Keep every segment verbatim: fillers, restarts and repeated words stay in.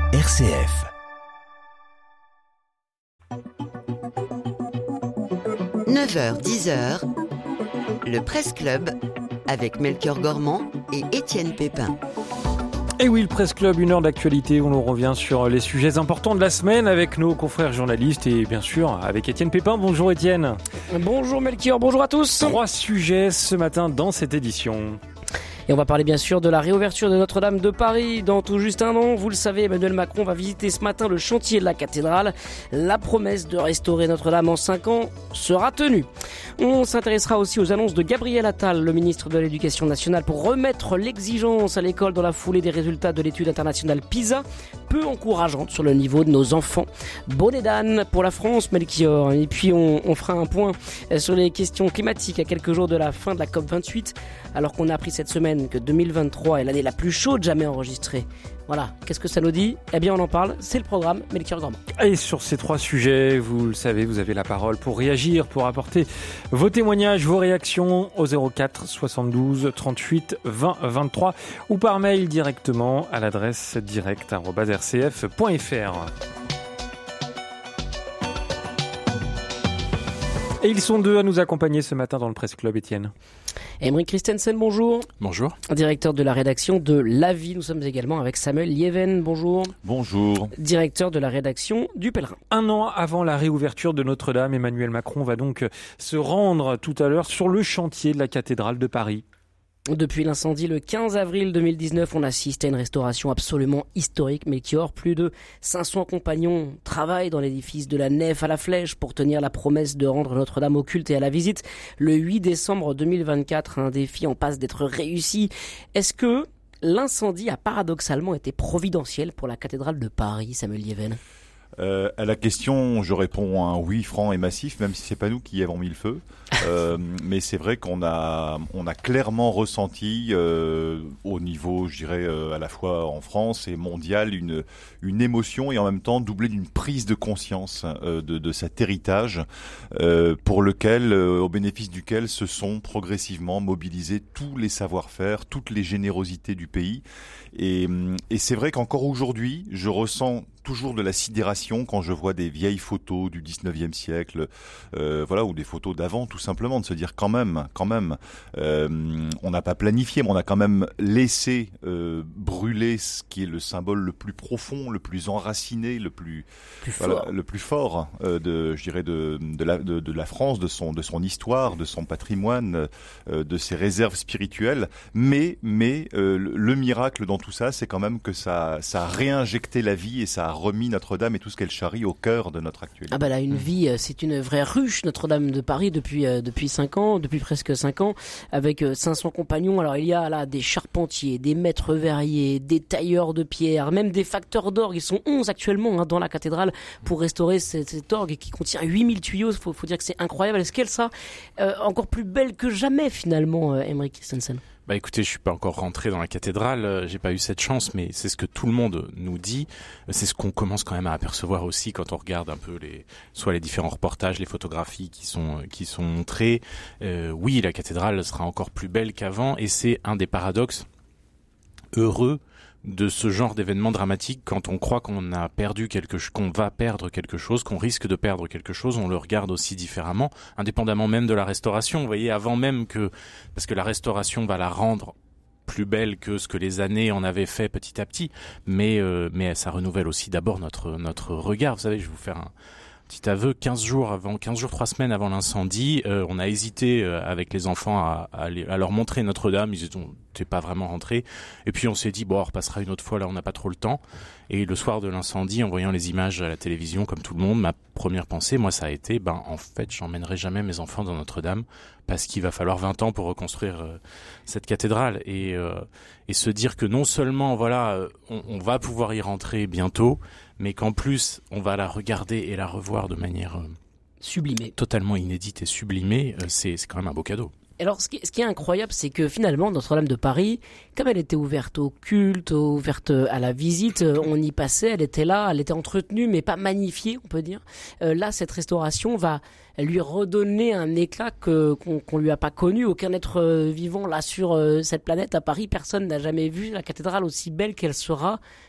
R C F. neuf heures dix, le Presse Club avec Melchior Gormand et Étienne Pépin. Et oui, le Presse Club, une heure d'actualité où l'on revient sur les sujets importants de la semaine avec nos confrères journalistes et bien sûr avec Étienne Pépin. Bonjour Étienne. Bonjour Melchior, bonjour à tous. Trois sujets ce matin dans cette édition. Et on va parler bien sûr de la réouverture de Notre-Dame de Paris dans tout juste un an. Vous le savez, Emmanuel Macron va visiter ce matin le chantier de la cathédrale. La promesse de restaurer Notre-Dame en cinq ans sera tenue. On s'intéressera aussi aux annonces de Gabriel Attal, le ministre de l'Éducation nationale, pour remettre l'exigence à l'école dans la foulée des résultats de l'étude internationale PISA, peu encourageante sur le niveau de nos enfants. Bonnet d'âne pour la France, Melchior. Et puis on, on fera un point sur les questions climatiques à quelques jours de la fin de la COP vingt-huit, alors qu'on a appris cette semaine que deux mille vingt-trois est l'année la plus chaude jamais enregistrée. Voilà, qu'est-ce que ça nous dit ? Eh bien on en parle, c'est le programme Melchior Gormand. Et sur ces trois sujets, vous le savez, vous avez la parole pour réagir, pour apporter vos témoignages, vos réactions au zéro quatre soixante-douze trente-huit vingt vingt-trois ou par mail directement à l'adresse direct arobase r c f point f r. Et ils sont deux à nous accompagner ce matin dans le Presse Club, Étienne. Aymeric Christensen, bonjour. Bonjour. Directeur de la rédaction de La Vie. Nous sommes également avec Samuel Lieven, bonjour. Bonjour. Directeur de la rédaction du Pèlerin. Un an avant la réouverture de Notre-Dame, Emmanuel Macron va donc se rendre tout à l'heure sur le chantier de la cathédrale de Paris. Depuis l'incendie le quinze avril deux mille dix-neuf, on assiste à une restauration absolument historique, Melchior. Plus de cinq cents compagnons travaillent dans l'édifice de la nef à la flèche pour tenir la promesse de rendre Notre-Dame au culte et à la visite. Le huit décembre deux mille vingt-quatre, un défi en passe d'être réussi. Est-ce que l'incendie a paradoxalement été providentiel pour la cathédrale de Paris, Samuel Lieven ? Euh, à la question, je réponds un oui franc et massif, même si c'est pas nous qui y avons mis le feu. Euh, mais c'est vrai qu'on a, on a clairement ressenti euh, au niveau, je dirais, euh, à la fois en France et mondial, une, une émotion et en même temps doublée d'une prise de conscience euh, de, de cet héritage euh, pour lequel, euh, au bénéfice duquel se sont progressivement mobilisés tous les savoir-faire, toutes les générosités du pays. Et, et c'est vrai qu'encore aujourd'hui, je ressens toujours de la sidération quand je vois des vieilles photos du dix-neuvième siècle, euh, voilà, ou des photos d'avant, tout simplement, de se dire quand même, quand même, euh, on n'a pas planifié, mais on a quand même laissé euh, brûler ce qui est le symbole le plus profond, le plus enraciné, le plus, plus voilà, fort, le plus fort euh, de, je dirais, de, de la, de, de la France, de son, de son histoire, de son patrimoine, euh, de ses réserves spirituelles. Mais, mais euh, le, le miracle dans tout ça, c'est quand même que ça, ça a réinjecté la vie et ça a remis Notre-Dame et tout ce qu'elle charrie au cœur de notre actualité. Ah bah là, une vie, c'est une vraie ruche, Notre-Dame de Paris, depuis euh, depuis cinq ans, depuis presque cinq ans, avec euh, cinq cents compagnons. Alors il y a là des charpentiers, des maîtres verriers, des tailleurs de pierre, même des facteurs d'orgue. Ils sont onze actuellement hein, dans la cathédrale pour restaurer cet, cet orgue qui contient huit mille tuyaux. Faut, faut dire que c'est incroyable. Est-ce qu'elle ça euh, encore plus belle que jamais finalement, euh, Aymeric Christensen? Bah écoutez, je suis pas encore rentré dans la cathédrale, euh, j'ai pas eu cette chance, mais c'est ce que tout le monde nous dit. C'est ce qu'on commence quand même à apercevoir aussi quand on regarde un peu les, soit les différents reportages, les photographies qui sont qui sont montrées. Euh, oui, la cathédrale sera encore plus belle qu'avant, et c'est un des paradoxes heureux de ce genre d'événement dramatique. Quand on croit qu'on a perdu quelque chose, qu'on va perdre quelque chose, qu'on risque de perdre quelque chose, on le regarde aussi différemment, indépendamment même de la restauration. Vous voyez, avant même que, parce que la restauration va la rendre plus belle que ce que les années en avaient fait petit à petit, mais euh, mais ça renouvelle aussi d'abord notre notre regard. Vous savez, je vais vous faire un petit aveu, quinze jours avant, quinze jours, trois semaines avant l'incendie, euh, on a hésité euh, avec les enfants à, à, à leur montrer Notre-Dame. Ils n'étaient pas vraiment rentrés. Et puis on s'est dit, bon, on repassera une autre fois, là on n'a pas trop le temps. Et le soir de l'incendie, en voyant les images à la télévision, comme tout le monde, ma première pensée, moi, ça a été, ben, en fait, j'emmènerai jamais mes enfants dans Notre-Dame parce qu'il va falloir vingt ans pour reconstruire euh, cette cathédrale. Et, euh, et se dire que non seulement, voilà, on, on va pouvoir y rentrer bientôt, mais qu'en plus, on va la regarder et la revoir de manière euh, sublimée, totalement inédite et sublimée, euh, c'est, c'est quand même un beau cadeau. Alors, ce qui, ce qui est incroyable, c'est que finalement, Notre-Dame de Paris, comme elle était ouverte au culte, ouverte à la visite, on y passait, elle était là, elle était entretenue, mais pas magnifiée, on peut dire. Euh, là, cette restauration va lui redonner un éclat que, qu'on, qu'on lui a pas connu. Aucun être vivant là sur euh, cette planète, à Paris, personne n'a jamais vu la cathédrale aussi belle qu'elle sera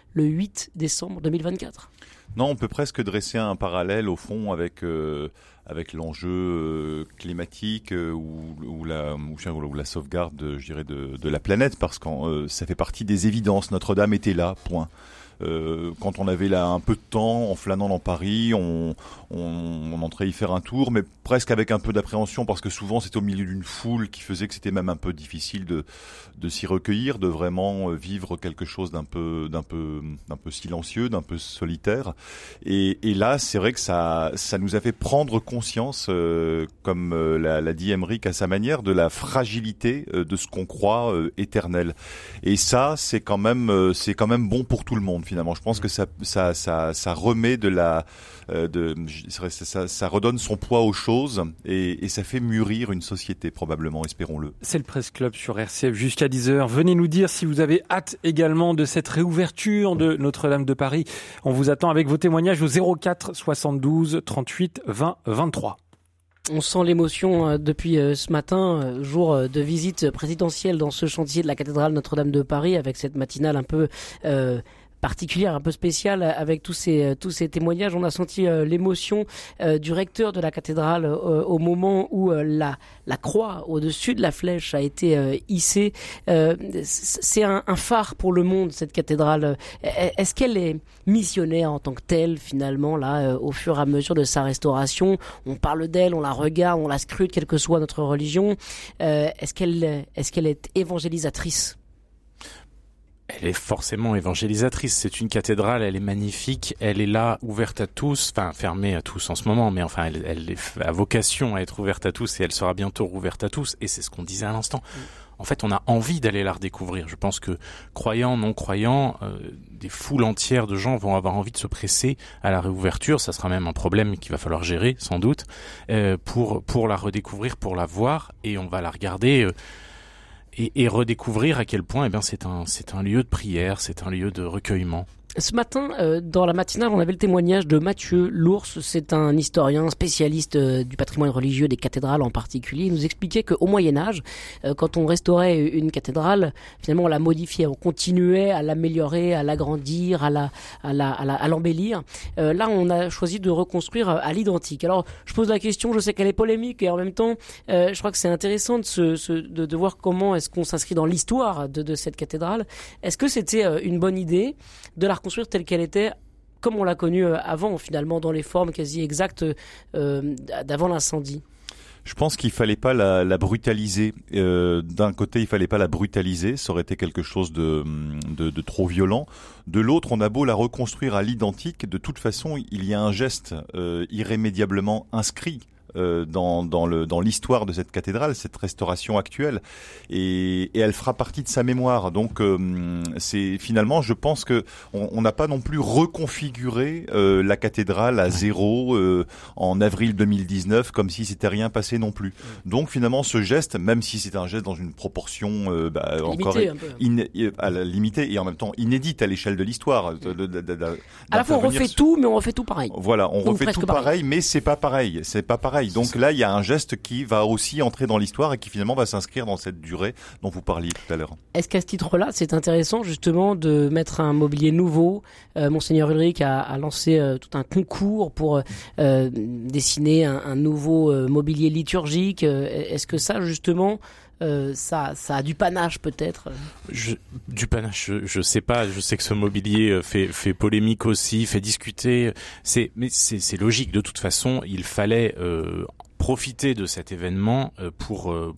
le huit décembre deux mille vingt-quatre. Non, on peut presque dresser un parallèle au fond avec euh, avec l'enjeu euh, climatique euh, ou, ou la ou, ou la sauvegarde, je dirais, de, de la planète, parce que euh, ça fait partie des évidences. Notre-Dame était là, point. Euh, quand on avait là un peu de temps, en flânant dans Paris, on, on, on entrait y faire un tour, mais presque avec un peu d'appréhension, parce que souvent c'était au milieu d'une foule qui faisait que c'était même un peu difficile de, de s'y recueillir, de vraiment vivre quelque chose d'un peu, d'un peu, d'un peu silencieux, d'un peu solitaire. Et, et là, c'est vrai que ça, ça nous a fait prendre conscience, euh, comme euh, l'a, l'a dit Emeric à sa manière, de la fragilité euh, de ce qu'on croit euh, éternel. Et ça, c'est quand même, euh, c'est quand même bon pour tout le monde. Finalement, je pense que ça, ça, ça, ça remet de la, euh, de, ça, ça, ça redonne son poids aux choses et, et ça fait mûrir une société probablement, espérons-le. C'est le Presse Club sur R C F jusqu'à dix heures. Venez nous dire si vous avez hâte également de cette réouverture de Notre-Dame de Paris. On vous attend avec vos témoignages au zéro quatre soixante-douze trente-huit vingt vingt-trois. On sent l'émotion depuis ce matin, jour de visite présidentielle dans ce chantier de la cathédrale Notre-Dame de Paris, avec cette matinale un peu euh, particulière, un peu spéciale, avec tous ces tous ces témoignages. On a senti euh, l'émotion euh, du recteur de la cathédrale euh, au moment où euh, la la croix au-dessus de la flèche a été euh, hissée. Euh, c'est un, un phare pour le monde, cette cathédrale. Est-ce qu'elle est missionnaire en tant que telle, finalement, là, euh, au fur et à mesure de sa restauration? On parle d'elle, on la regarde, on la scrute, quelle que soit notre religion. Euh, est-ce qu'elle est-ce qu'elle est évangélisatrice? Elle est forcément évangélisatrice. C'est une cathédrale, elle est magnifique, elle est là, ouverte à tous, enfin fermée à tous en ce moment, mais enfin elle, elle a vocation à être ouverte à tous et elle sera bientôt rouverte à tous. Et c'est ce qu'on disait à l'instant. En fait, on a envie d'aller la redécouvrir. Je pense que croyants, non-croyants, euh, des foules entières de gens vont avoir envie de se presser à la réouverture. Ça sera même un problème qu'il va falloir gérer, sans doute, euh, pour pour la redécouvrir, pour la voir, et on va la regarder. Euh, Et, et redécouvrir à quel point eh bien, c'est un, c'est un lieu de prière, c'est un lieu de recueillement. Ce matin, euh, dans la matinale, on avait le témoignage de Mathieu Lours. C'est un historien spécialiste euh, du patrimoine religieux, des cathédrales en particulier. Il nous expliquait qu'au Moyen-Âge, euh, quand on restaurait une cathédrale, finalement, on la modifiait, on continuait à l'améliorer, à l'agrandir, à la, à la, à la, à l'embellir. Euh, là, on a choisi de reconstruire à l'identique. Alors, je pose la question, je sais qu'elle est polémique, et en même temps, euh, je crois que c'est intéressant de, se, se, de, de voir comment est-ce qu'on s'inscrit dans l'histoire de, de cette cathédrale. Est-ce que c'était une bonne idée de la reconstruire telle qu'elle était, comme on l'a connue avant, finalement, dans les formes quasi exactes euh, d'avant l'incendie? Je pense qu'il fallait pas la, la brutaliser. Euh, d'un côté, il fallait pas la brutaliser, ça aurait été quelque chose de, de, de trop violent. De l'autre, on a beau la reconstruire à l'identique, de toute façon, il y a un geste euh, irrémédiablement inscrit Euh, dans, dans, le, dans l'histoire de cette cathédrale, cette restauration actuelle, et, et elle fera partie de sa mémoire. Donc, euh, c'est finalement, je pense que on n'a pas non plus reconfiguré euh, la cathédrale à zéro euh, en avril deux mille dix-neuf, comme si c'était rien passé non plus. Donc, finalement, ce geste, même si c'est un geste dans une proportion euh, bah, encore in, à la limitée et en même temps inédite à l'échelle de l'histoire. De, de, de, de, à la fois, on refait sur... tout, mais on refait tout pareil. Voilà, on Ou refait tout pareil, pareil, mais c'est pas pareil. C'est pas pareil. Donc là, il y a un geste qui va aussi entrer dans l'histoire et qui finalement va s'inscrire dans cette durée dont vous parliez tout à l'heure. Est-ce qu'à ce titre-là, c'est intéressant justement de mettre un mobilier nouveau? euh, Monseigneur Ulrich a, a lancé euh, tout un concours pour euh, dessiner un, un nouveau euh, mobilier liturgique. Euh, est-ce que ça, justement, Euh, ça, ça a du panache peut-être. Je, du panache, je, je sais pas. Je sais que ce mobilier fait, fait polémique aussi, fait discuter. C'est, mais c'est, c'est logique. De toute façon, il fallait euh, profiter de cet événement euh, pour. Euh,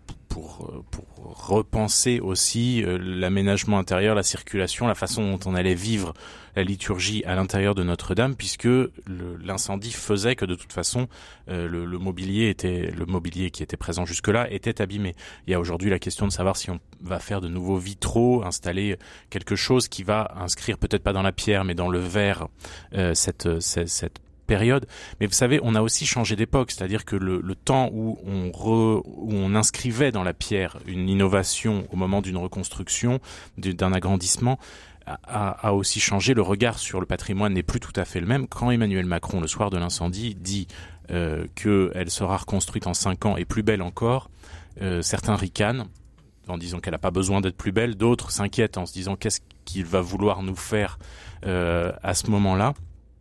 Pour, pour repenser aussi euh, l'aménagement intérieur, la circulation, la façon dont on allait vivre la liturgie à l'intérieur de Notre-Dame, puisque le, l'incendie faisait que de toute façon euh, le, le mobilier était le mobilier qui était présent jusque-là était abîmé. Il y a aujourd'hui la question de savoir si on va faire de nouveaux vitraux, installer quelque chose qui va inscrire peut-être pas dans la pierre mais dans le verre euh, cette, cette, cette période. Mais vous savez, on a aussi changé d'époque, c'est-à-dire que le, le temps où on, re, où on inscrivait dans la pierre une innovation au moment d'une reconstruction, d'un agrandissement, a, a aussi changé. Le regard sur le patrimoine n'est plus tout à fait le même. Quand Emmanuel Macron, le soir de l'incendie, dit euh, qu'elle sera reconstruite en cinq ans et plus belle encore, euh, certains ricanent en disant qu'elle n'a pas besoin d'être plus belle, d'autres s'inquiètent en se disant qu'est-ce qu'il va vouloir nous faire euh, à ce moment-là.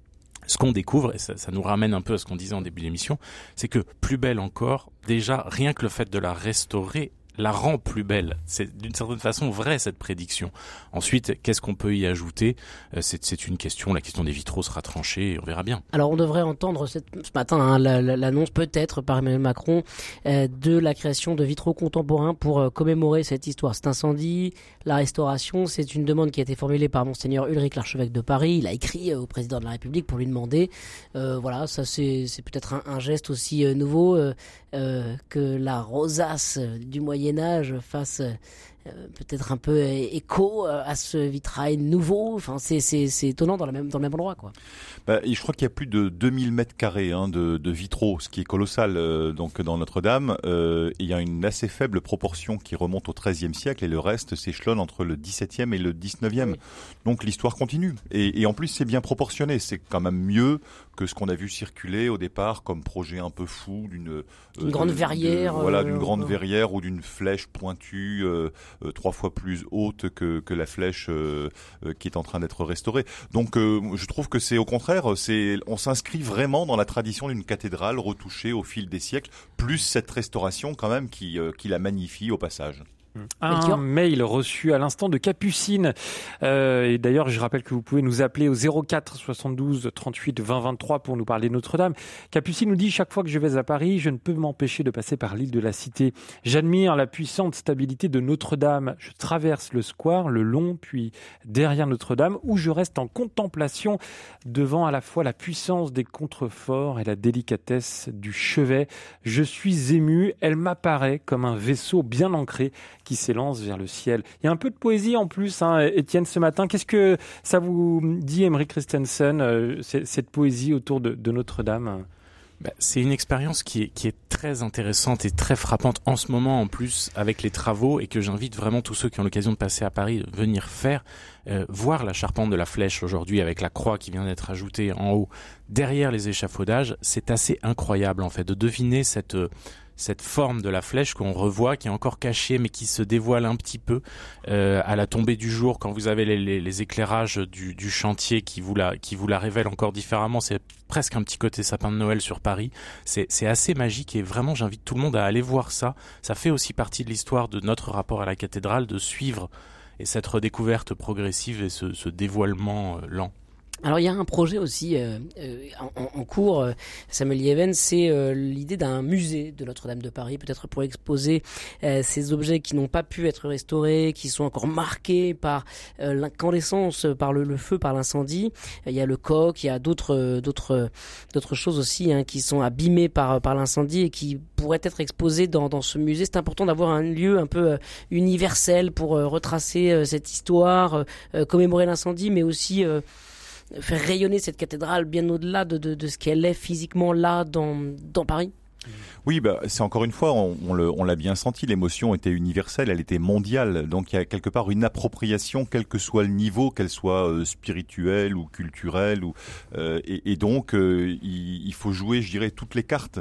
Ce qu'on découvre, et ça, ça nous ramène un peu à ce qu'on disait en début d'émission, c'est que plus belle encore, déjà, rien que le fait de la restaurer la rend plus belle. C'est d'une certaine façon vrai, cette prédiction. Ensuite, qu'est-ce qu'on peut y ajouter ? euh, c'est, c'est une question, la question des vitraux sera tranchée et on verra bien. Alors on devrait entendre cette, ce matin hein, la, la, l'annonce peut-être par Emmanuel Macron euh, de la création de vitraux contemporains pour euh, commémorer cette histoire. Cet incendie, la restauration, c'est une demande qui a été formulée par Monseigneur Ulrich, l'archevêque de Paris. Il a écrit euh, au président de la République pour lui demander. Euh, voilà, ça c'est, c'est peut-être un, un geste aussi euh, nouveau euh, euh, que la rosace du Moyen-Âge fasse euh, peut-être un peu écho à ce vitrail nouveau. Enfin, c'est, c'est, c'est étonnant dans, la même, dans le même endroit, quoi. Bah, et je crois qu'il y a plus de deux mille mètres carrés hein, de, de vitraux, ce qui est colossal euh, donc dans Notre-Dame. Euh, il y a une assez faible proportion qui remonte au treizième siècle et le reste s'échelonne entre le dix-septième et le dix-neuvième. Oui. Donc l'histoire continue. Et, et en plus, c'est bien proportionné. C'est quand même mieux que ce qu'on a vu circuler au départ comme projet un peu fou d'une euh, une grande de, verrière, de, voilà, euh, d'une grande euh, verrière ou d'une flèche pointue euh, euh, trois fois plus haute que que la flèche euh, euh, qui est en train d'être restaurée. Donc, euh, je trouve que c'est au contraire, c'est on s'inscrit vraiment dans la tradition d'une cathédrale retouchée au fil des siècles, plus cette restauration quand même qui euh, qui la magnifie au passage. Un mail reçu à l'instant de Capucine. Euh, et d'ailleurs, je rappelle que vous pouvez nous appeler au zéro quatre soixante-douze trente-huit vingt vingt-trois pour nous parler de Notre-Dame. Capucine nous dit « Chaque fois que je vais à Paris, je ne peux m'empêcher de passer par l'île de la Cité. J'admire la puissante stabilité de Notre-Dame. Je traverse le square, le long, puis derrière Notre-Dame, où je reste en contemplation devant à la fois la puissance des contreforts et la délicatesse du chevet. Je suis ému. Elle m'apparaît comme un vaisseau bien ancré qui s'élance vers le ciel. » Il y a un peu de poésie en plus, hein, Étienne, ce matin. Qu'est-ce que ça vous dit, Emeric Christensen, euh, cette poésie autour de, de Notre-Dame ? Bah, c'est une expérience qui est, qui est très intéressante et très frappante en ce moment en plus avec les travaux et que j'invite vraiment tous ceux qui ont l'occasion de passer à Paris de venir faire. Euh, voir la charpente de la flèche aujourd'hui avec la croix qui vient d'être ajoutée en haut derrière les échafaudages, c'est assez incroyable en fait de deviner cette... Euh, cette forme de la flèche qu'on revoit, qui est encore cachée, mais qui se dévoile un petit peu euh, à la tombée du jour, quand vous avez les, les, les éclairages du, du chantier qui vous la qui vous la révèlent encore différemment. C'est presque un petit côté sapin de Noël sur Paris. C'est, c'est assez magique et vraiment, j'invite tout le monde à aller voir ça. Ça fait aussi partie de l'histoire de notre rapport à la cathédrale, de suivre et cette redécouverte progressive et ce, ce dévoilement euh, lent. Alors il y a un projet aussi euh, euh, en, en cours, euh, Samuel Yeven, c'est euh, l'idée d'un musée de Notre-Dame de Paris, peut-être pour exposer euh, ces objets qui n'ont pas pu être restaurés, qui sont encore marqués par euh, l'incandescence, par le, le feu, par l'incendie. Il y a le coq, il y a d'autres d'autres d'autres choses aussi hein, qui sont abîmées par par l'incendie et qui pourraient être exposées dans dans ce musée. C'est important d'avoir un lieu un peu euh, universel pour euh, retracer euh, cette histoire, euh, commémorer l'incendie, mais aussi euh, faire rayonner cette cathédrale bien au-delà de, de, de ce qu'elle est physiquement là dans, dans Paris. Oui, bah, c'est encore une fois, on, on, le, on l'a bien senti, l'émotion était universelle, elle était mondiale. Donc il y a quelque part une appropriation, quel que soit le niveau, qu'elle soit euh, spirituelle ou culturelle. Ou, euh, et, et donc euh, il, il faut jouer, je dirais, toutes les cartes.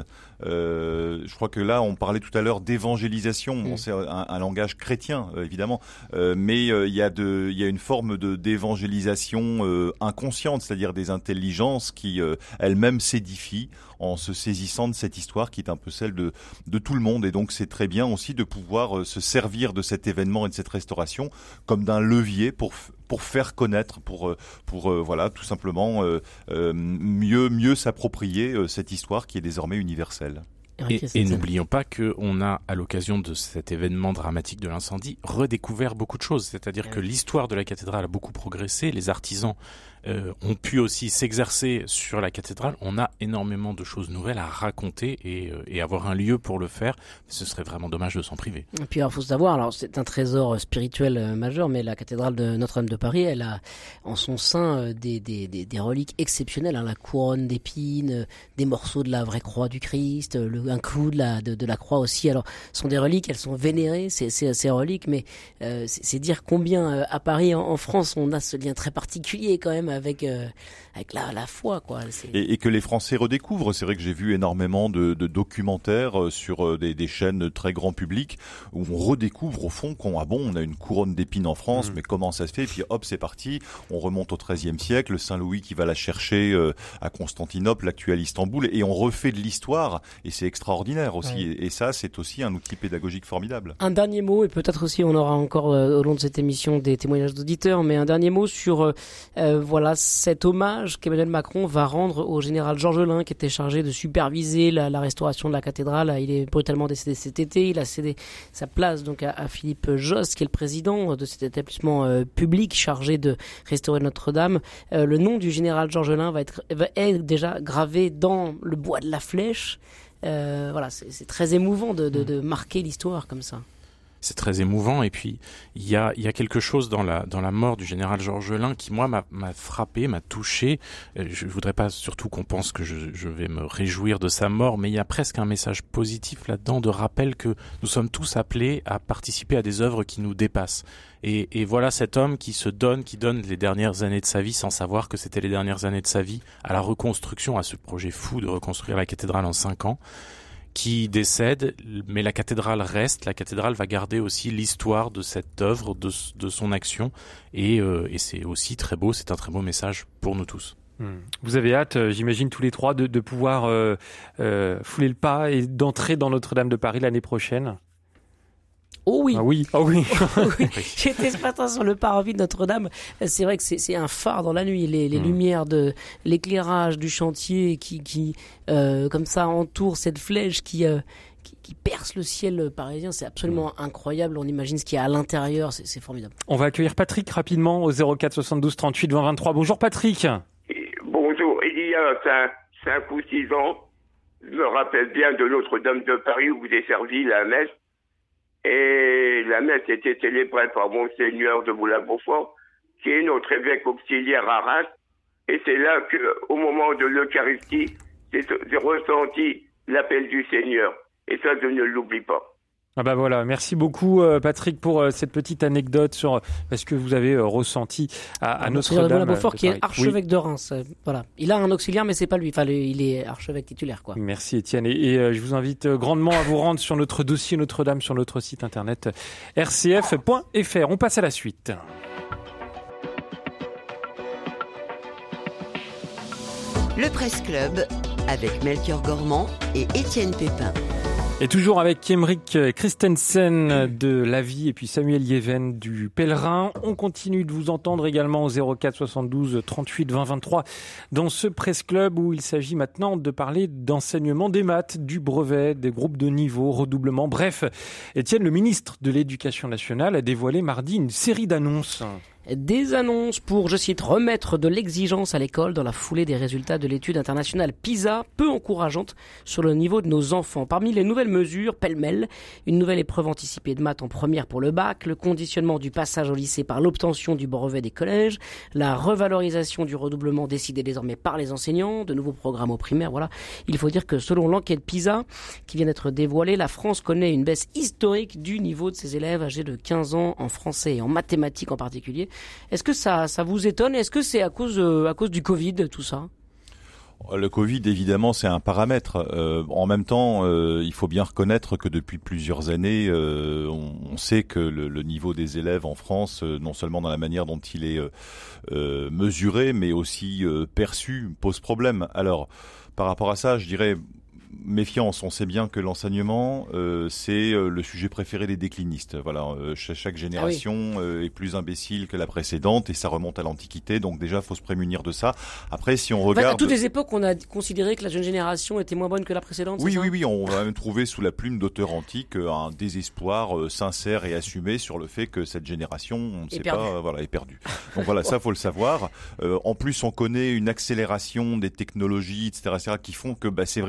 Euh, je crois que là, on parlait tout à l'heure d'évangélisation. Bon, c'est un, un langage chrétien, euh, évidemment, euh, mais euh, il y a de, il y a une forme de d'évangélisation euh, inconsciente, c'est-à-dire des intelligences qui euh, elles-mêmes s'édifient en se saisissant de cette histoire qui est un peu celle de de tout le monde. Et donc c'est très bien aussi de pouvoir euh, se servir de cet événement et de cette restauration comme d'un levier pour pour faire connaître, pour pour euh, voilà, tout simplement euh, euh, mieux mieux s'approprier euh, cette histoire qui est désormais universelle. Et, et n'oublions pas qu'on a, à l'occasion de cet événement dramatique de l'incendie, redécouvert beaucoup de choses. C'est-à-dire que l'histoire de la cathédrale a beaucoup progressé, les artisans euh, ont pu aussi s'exercer sur la cathédrale. On a énormément de choses nouvelles à raconter et, euh, et avoir un lieu pour le faire. Ce serait vraiment dommage de s'en priver. Et puis il faut savoir, alors c'est un trésor spirituel majeur, mais la cathédrale de Notre-Dame de Paris, elle a en son sein des, des, des, des reliques exceptionnelles, hein, la couronne d'épines, des morceaux de la vraie croix du Christ, le un clou, de la, de, de la croix aussi. Alors, ce sont des reliques, elles sont vénérées, ces, ces, ces reliques, mais euh, c'est, c'est dire combien euh, à Paris, en, en France, on a ce lien très particulier quand même avec euh, avec la, la foi, quoi. C'est... Et, et que les Français redécouvrent. C'est vrai que j'ai vu énormément de, de documentaires sur des, des chaînes très grand public où on redécouvre au fond qu'on ah bon, on a une couronne d'épines en France, mmh. mais comment ça se fait? Et puis hop, c'est parti. On remonte au treizième siècle, Saint Louis qui va la chercher euh, à Constantinople, l'actuel Istanbul, et on refait de l'histoire. Et c'est extraordinaire aussi. Ouais. Et, et ça, c'est aussi un outil pédagogique formidable. Un dernier mot, et peut-être aussi on aura encore euh, au long de cette émission des témoignages d'auditeurs, mais un dernier mot sur euh, euh, voilà cet hommage qu'Emmanuel Macron va rendre au général Georges Lain, qui était chargé de superviser la, la restauration de la cathédrale. Il est brutalement décédé cet été. Il a cédé sa place donc à, à Philippe Josse, qui est le président de cet établissement euh, public chargé de restaurer Notre-Dame. Euh, le nom du général Georges Lain va être va être déjà gravé dans le bois de la Flèche. Euh, voilà, c'est, c'est très émouvant de, de, de marquer l'histoire comme ça. C'est très émouvant, et puis il y a il y a quelque chose dans la dans la mort du général Georges Lain qui moi m'a m'a frappé, m'a touché. Je voudrais pas surtout qu'on pense que je je vais me réjouir de sa mort, mais il y a presque un message positif là-dedans, de rappel que nous sommes tous appelés à participer à des œuvres qui nous dépassent. Et et voilà cet homme qui se donne, qui donne les dernières années de sa vie sans savoir que c'était les dernières années de sa vie à la reconstruction, à ce projet fou de reconstruire la cathédrale en cinq ans. Qui décède, mais la cathédrale reste. La cathédrale va garder aussi l'histoire de cette œuvre, de, de son action, et, euh, et c'est aussi très beau. C'est un très beau message pour nous tous. Vous avez hâte, euh, j'imagine tous les trois, de, de pouvoir euh, euh, fouler le pas et d'entrer dans Notre-Dame de Paris l'année prochaine. Oh oui. Ah oui, oh oui. Oh oui. J'étais ce matin sur le parvis de Notre-Dame. C'est vrai que c'est, c'est un phare dans la nuit. Les, les mmh. lumières de l'éclairage du chantier qui, qui euh, comme ça entoure cette flèche qui, euh, qui, qui perce le ciel parisien. C'est absolument mmh. incroyable. On imagine ce qu'il y a à l'intérieur. C'est, c'est formidable. On va accueillir Patrick rapidement au zéro quatre soixante-douze trente-huit vingt vingt-trois. Bonjour Patrick. Bonjour. Il y a cinq ou six ans, je me rappelle bien de Notre-Dame de Paris où vous avez servi la messe. Et la messe était célébrée par Monseigneur de Moulin-Beaufort, qui est notre évêque auxiliaire à Reims. Et c'est là que, au moment de l'Eucharistie, j'ai, j'ai ressenti l'appel du Seigneur. Et ça, je ne l'oublie pas. Ah bah voilà, merci beaucoup euh, Patrick pour euh, cette petite anecdote sur euh, ce que vous avez euh, ressenti à, à Notre-Dame. De Moulin-Beaufort qui est archevêque oui. de Reims. Euh, voilà, il a un auxiliaire mais c'est pas lui. Enfin, le, il est archevêque titulaire quoi. Merci Étienne et, et euh, je vous invite grandement à vous rendre sur notre dossier Notre-Dame sur notre site internet r c f point f r. On passe à la suite. Le Presse Club avec Melchior Gormand et Étienne Pépin. Et toujours avec Émeric Christensen de La Vie et puis Samuel Yéven du Pèlerin. On continue de vous entendre également au zéro quatre soixante-douze trente-huit vingt vingt-trois dans ce Presse Club où il s'agit maintenant de parler d'enseignement des maths, du brevet, des groupes de niveau, redoublement. Bref, Étienne, le ministre de l'Éducation nationale, a dévoilé mardi une série d'annonces. Des annonces pour, je cite, remettre de l'exigence à l'école dans la foulée des résultats de l'étude internationale PISA, peu encourageante sur le niveau de nos enfants. Parmi les nouvelles mesures, pêle-mêle, une nouvelle épreuve anticipée de maths en première pour le bac, le conditionnement du passage au lycée par l'obtention du brevet des collèges, la revalorisation du redoublement décidé désormais par les enseignants, de nouveaux programmes au primaire, voilà. Il faut dire que selon l'enquête PISA qui vient d'être dévoilée, la France connaît une baisse historique du niveau de ses élèves âgés de quinze ans en français et en mathématiques en particulier. Est-ce que ça, ça vous étonne ? Est-ce que c'est à cause, euh, à cause du Covid, tout ça ? Le Covid, évidemment, c'est un paramètre. Euh, en même temps, euh, il faut bien reconnaître que depuis plusieurs années, euh, on, on sait que le, le niveau des élèves en France, euh, non seulement dans la manière dont il est euh, euh, mesuré, mais aussi euh, perçu, pose problème. Alors, par rapport à ça, je dirais... méfiance, on sait bien que l'enseignement, euh, c'est euh, le sujet préféré des déclinistes. Voilà, euh, chaque génération ah oui. euh, est plus imbécile que la précédente et ça remonte à l'Antiquité. Donc déjà, faut se prémunir de ça. Après, si on regarde, enfin, à toutes les époques, on a considéré que la jeune génération était moins bonne que la précédente. Oui, c'est ça oui, oui. On va même trouver sous la plume d'auteurs antiques un désespoir euh, sincère et assumé sur le fait que cette génération, on ne sait perdu. pas, euh, voilà, est perdue. Donc voilà, ça faut le savoir. Euh, en plus, on connaît une accélération des technologies, et cetera, et cetera, qui font que, bah, c'est vrai, on est un peu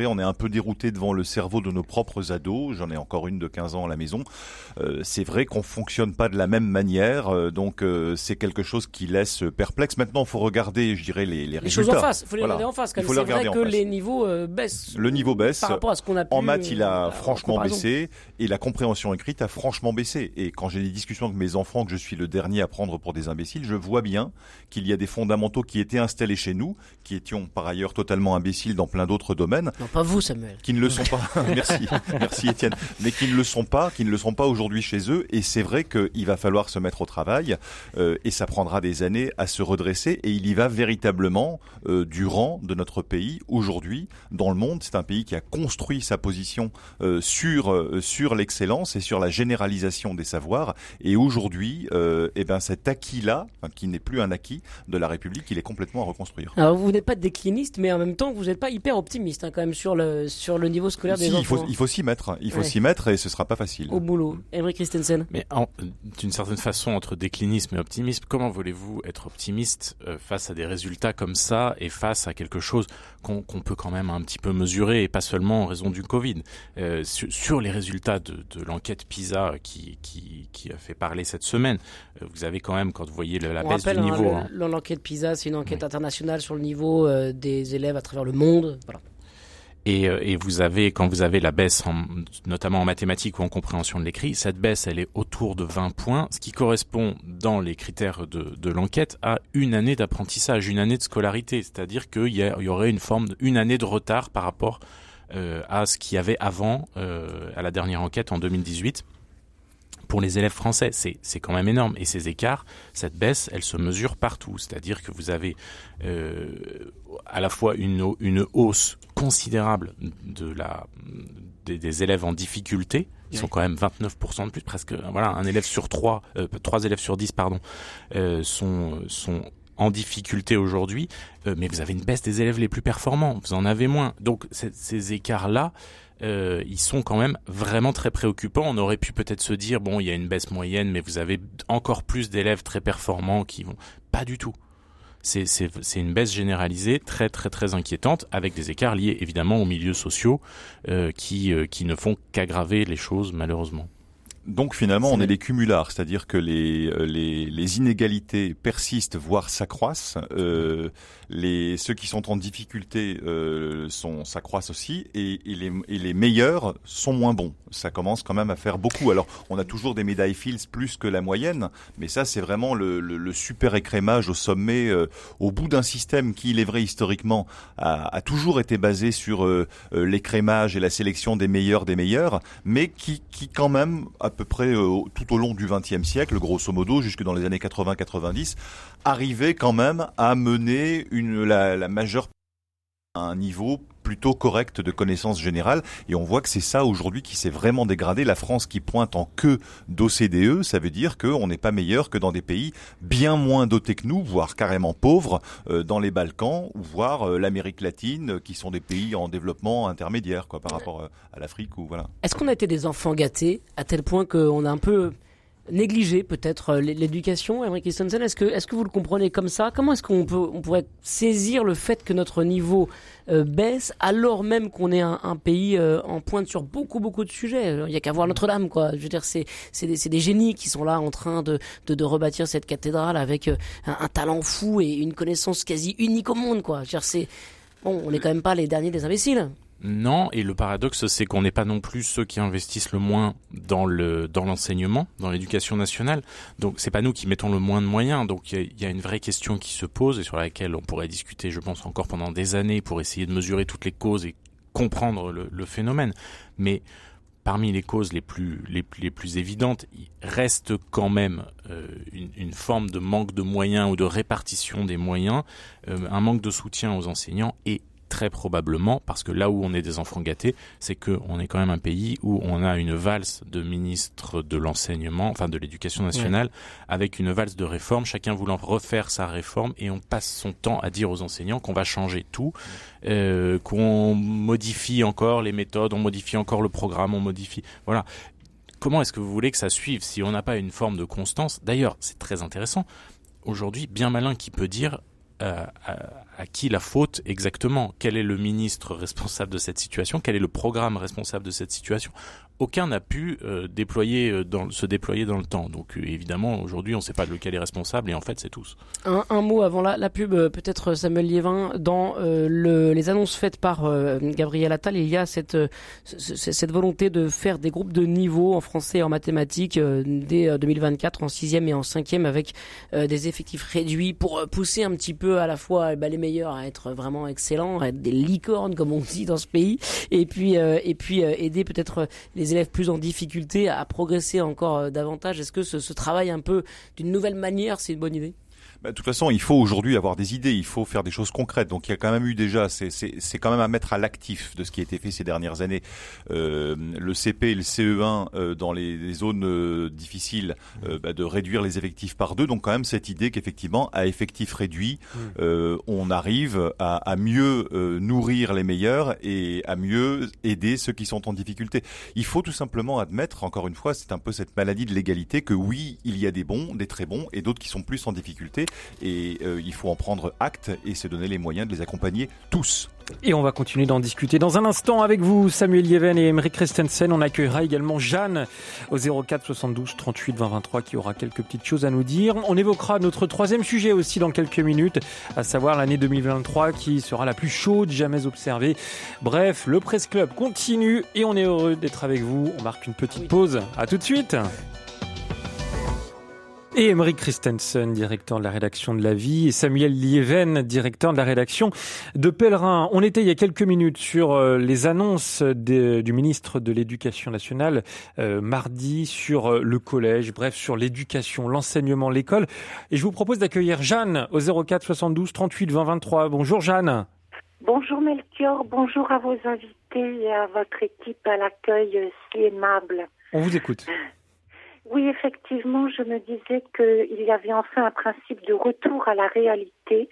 peu dérouté devant le cerveau de nos propres ados. J'en ai encore une de quinze ans à la maison. Euh, c'est vrai qu'on fonctionne pas de la même manière, euh, donc euh, c'est quelque chose qui laisse perplexe. Maintenant, il faut regarder, je dirais, les, les, les résultats. choses en face. Il faut les regarder voilà. en face. Quand Il faut même. les C'est vrai regarder que en face. les niveaux euh, baissent. Le niveau baisse. Par rapport à ce qu'on a pu. En maths, il a euh, franchement baissé et la compréhension écrite a franchement baissé. Et quand j'ai des discussions avec mes enfants, que je suis le dernier à prendre pour des imbéciles, je vois bien qu'il y a des fondamentaux qui étaient installés chez nous, qui étions par ailleurs totalement imbéciles dans plein d'autres domaines. Non, pas vous, Samuel. Qui ne le sont pas. Merci, merci Étienne. Mais qui ne le sont pas, qui ne le sont pas aujourd'hui chez eux. Et c'est vrai qu'il va falloir se mettre au travail euh, et ça prendra des années à se redresser. Et il y va véritablement euh, du rang de notre pays aujourd'hui dans le monde. C'est un pays qui a construit sa position euh, sur euh, sur l'excellence et sur la généralisation des savoirs. Et aujourd'hui, euh, eh ben cet acquis-là, enfin, qui n'est plus un acquis de la République, il est complètement à reconstruire. Alors vous n'êtes pas décliniste, mais en même temps vous n'êtes pas hyper optimiste hein, quand même sur le sur le niveau scolaire si, des il faut, enfants. Il faut s'y mettre, il faut ouais. s'y mettre et ce sera pas facile. Au boulot. Henrik Christensen. Mais en, d'une certaine façon, entre déclinisme et optimisme, comment voulez-vous être optimiste euh, face à des résultats comme ça et face à quelque chose qu'on, qu'on peut quand même un petit peu mesurer et pas seulement en raison du Covid. Euh, sur, sur les résultats de, de l'enquête PISA qui, qui, qui a fait parler cette semaine, euh, vous avez quand même, quand vous voyez le, la On baisse rappelle, du niveau... Hein, hein, le, l'enquête PISA, c'est une enquête oui. internationale sur le niveau euh, des élèves à travers le monde. Voilà. Et, et vous avez, quand vous avez la baisse, en, notamment en mathématiques ou en compréhension de l'écrit, cette baisse, elle est autour de vingt points, ce qui correspond, dans les critères de, de l'enquête, à une année d'apprentissage, une année de scolarité. C'est-à-dire qu'il y, a, il y aurait une forme, de, une année de retard par rapport euh, à ce qu'il y avait avant, euh, à la dernière enquête en deux mille dix-huit. Pour les élèves français, c'est, c'est quand même énorme. Et ces écarts, cette baisse, elle se mesure partout. C'est-à-dire que vous avez euh, à la fois une, une hausse considérable de la, des, des élèves en difficulté. Ils oui. sont quand même vingt-neuf pour cent de plus, presque. Voilà, un élève sur trois, euh, trois élèves sur dix, pardon, euh, sont, sont en difficulté aujourd'hui. Euh, mais vous avez une baisse des élèves les plus performants. Vous en avez moins. Donc c- ces écarts-là, Euh, ils sont quand même vraiment très préoccupants. On aurait pu peut-être se dire, bon, il y a une baisse moyenne, mais vous avez encore plus d'élèves très performants qui vont... Pas du tout. C'est, c'est, c'est une baisse généralisée très très très inquiétante, avec des écarts liés évidemment aux milieux sociaux euh, qui, euh, qui ne font qu'aggraver les choses malheureusement. Donc finalement, c'est on est des cumulards, c'est-à-dire que les, les, les inégalités persistent, voire s'accroissent. Euh, les, ceux qui sont en difficulté euh, sont, s'accroissent aussi, et, et, les, et les meilleurs sont moins bons. Ça commence quand même à faire beaucoup. Alors, on a toujours des médailles Fields plus que la moyenne, mais ça, c'est vraiment le, le, le super écrémage au sommet, euh, au bout d'un système qui, il est vrai, historiquement, a, a toujours été basé sur euh, euh, l'écrémage et la sélection des meilleurs des meilleurs, mais qui, qui quand même... à peu près euh, tout au long du vingtième siècle, grosso modo, jusque dans les années quatre-vingts quatre-vingt-dix, arrivait quand même à mener une, la, la majeure à un niveau plutôt correct de connaissances générales. Et on voit que c'est ça aujourd'hui qui s'est vraiment dégradé. La France qui pointe en queue d'O C D E, ça veut dire qu'on n'est pas meilleur que dans des pays bien moins dotés que nous, voire carrément pauvres, euh, dans les Balkans, ou voire euh, l'Amérique latine, qui sont des pays en développement intermédiaire quoi, par rapport euh, à l'Afrique. Ou, voilà. Est-ce qu'on a été des enfants gâtés à tel point qu'on a un peu négligé peut-être l'éducation, Henrik Christensen? Est-ce que, est-ce que vous le comprenez comme ça? Comment est-ce qu'on peut, on pourrait saisir le fait que notre niveau euh, baisse alors même qu'on est un, un pays euh, en pointe sur beaucoup beaucoup de sujets? Il y a qu'à voir Notre-Dame, quoi. Je veux dire, c'est c'est des, c'est des génies qui sont là en train de de, de rebâtir cette cathédrale avec euh, un, un talent fou et une connaissance quasi unique au monde, quoi. Je veux dire, c'est bon, on n'est quand même pas les derniers des imbéciles. Non, et le paradoxe, c'est qu'on n'est pas non plus ceux qui investissent le moins dans le dans l'enseignement, dans l'éducation nationale. Donc, c'est pas nous qui mettons le moins de moyens. Donc, il y, y a une vraie question qui se pose et sur laquelle on pourrait discuter, je pense, encore pendant des années pour essayer de mesurer toutes les causes et comprendre le, le phénomène. Mais parmi les causes les plus les, les plus évidentes, il reste quand même euh, une, une forme de manque de moyens ou de répartition des moyens, euh, un manque de soutien aux enseignants et très probablement, parce que là où on est des enfants gâtés, c'est qu'on est quand même un pays où on a une valse de ministres de l'enseignement, enfin de l'éducation nationale, ouais. avec une valse de réforme, chacun voulant refaire sa réforme, et on passe son temps à dire aux enseignants qu'on va changer tout, euh, qu'on modifie encore les méthodes, on modifie encore le programme, on modifie... Voilà. Comment est-ce que vous voulez que ça suive si on n'a pas une forme de constance? D'ailleurs, c'est très intéressant. Aujourd'hui, bien malin qui peut dire... euh, à, à qui la faute exactement. Quel est le ministre responsable de cette situation? Quel est le programme responsable de cette situation? Aucun n'a pu euh, déployer dans, se déployer dans le temps. Donc euh, évidemment, aujourd'hui, on ne sait pas lequel est responsable et en fait, c'est tous. Un, un mot avant la, la pub, euh, peut-être Samuel Liévin. Dans euh, le, les annonces faites par euh, Gabriel Attal, il y a cette, euh, c- cette volonté de faire des groupes de niveau en français et en mathématiques euh, dès euh, deux mille vingt-quatre, en sixième et en cinquième, avec euh, des effectifs réduits pour euh, pousser un petit peu à la fois bah, les meilleurs à être vraiment excellents, à être des licornes comme on dit dans ce pays, et puis, euh, et puis euh, aider peut-être les élèves plus en difficulté à progresser encore davantage. Est-ce que ce, ce travail un peu d'une nouvelle manière, c'est une bonne idée? Bah, de toute façon, il faut aujourd'hui avoir des idées, il faut faire des choses concrètes. Donc il y a quand même eu déjà, c'est, c'est, c'est quand même à mettre à l'actif de ce qui a été fait ces dernières années. Euh, le C P et le C E un euh, dans les, les zones euh, difficiles, euh, bah, de réduire les effectifs par deux. Donc quand même cette idée qu'effectivement, à effectifs réduits, euh, on arrive à, à mieux euh, nourrir les meilleurs et à mieux aider ceux qui sont en difficulté. Il faut tout simplement admettre, encore une fois, c'est un peu cette maladie de l'égalité, que oui, il y a des bons, des très bons et d'autres qui sont plus en difficulté. Et euh, il faut en prendre acte et se donner les moyens de les accompagner tous. Et on va continuer d'en discuter dans un instant avec vous, Samuel Liévin et Émeric Christensen. On accueillera également Jeanne au zéro quatre soixante-douze trente-huit vingt vingt-trois qui aura quelques petites choses à nous dire. On évoquera notre troisième sujet aussi dans quelques minutes, à savoir l'année deux mille vingt-trois qui sera la plus chaude jamais observée. Bref, le Presse Club continue et on est heureux d'être avec vous. On marque une petite pause. À tout de suite. Et Émeric Christensen, directeur de la rédaction de La Vie, et Samuel Liévin, directeur de la rédaction de Pèlerin. On était il y a quelques minutes sur euh, les annonces de, du ministre de l'Éducation nationale euh, mardi sur euh, le collège, bref sur l'éducation, l'enseignement, l'école. Et je vous propose d'accueillir Jeanne au zéro quatre soixante-douze trente-huit vingt vingt-trois. Bonjour Jeanne. Bonjour Melchior, bonjour à vos invités et à votre équipe à l'accueil si aimable. On vous écoute. Oui, effectivement, je me disais qu'il y avait enfin un principe de retour à la réalité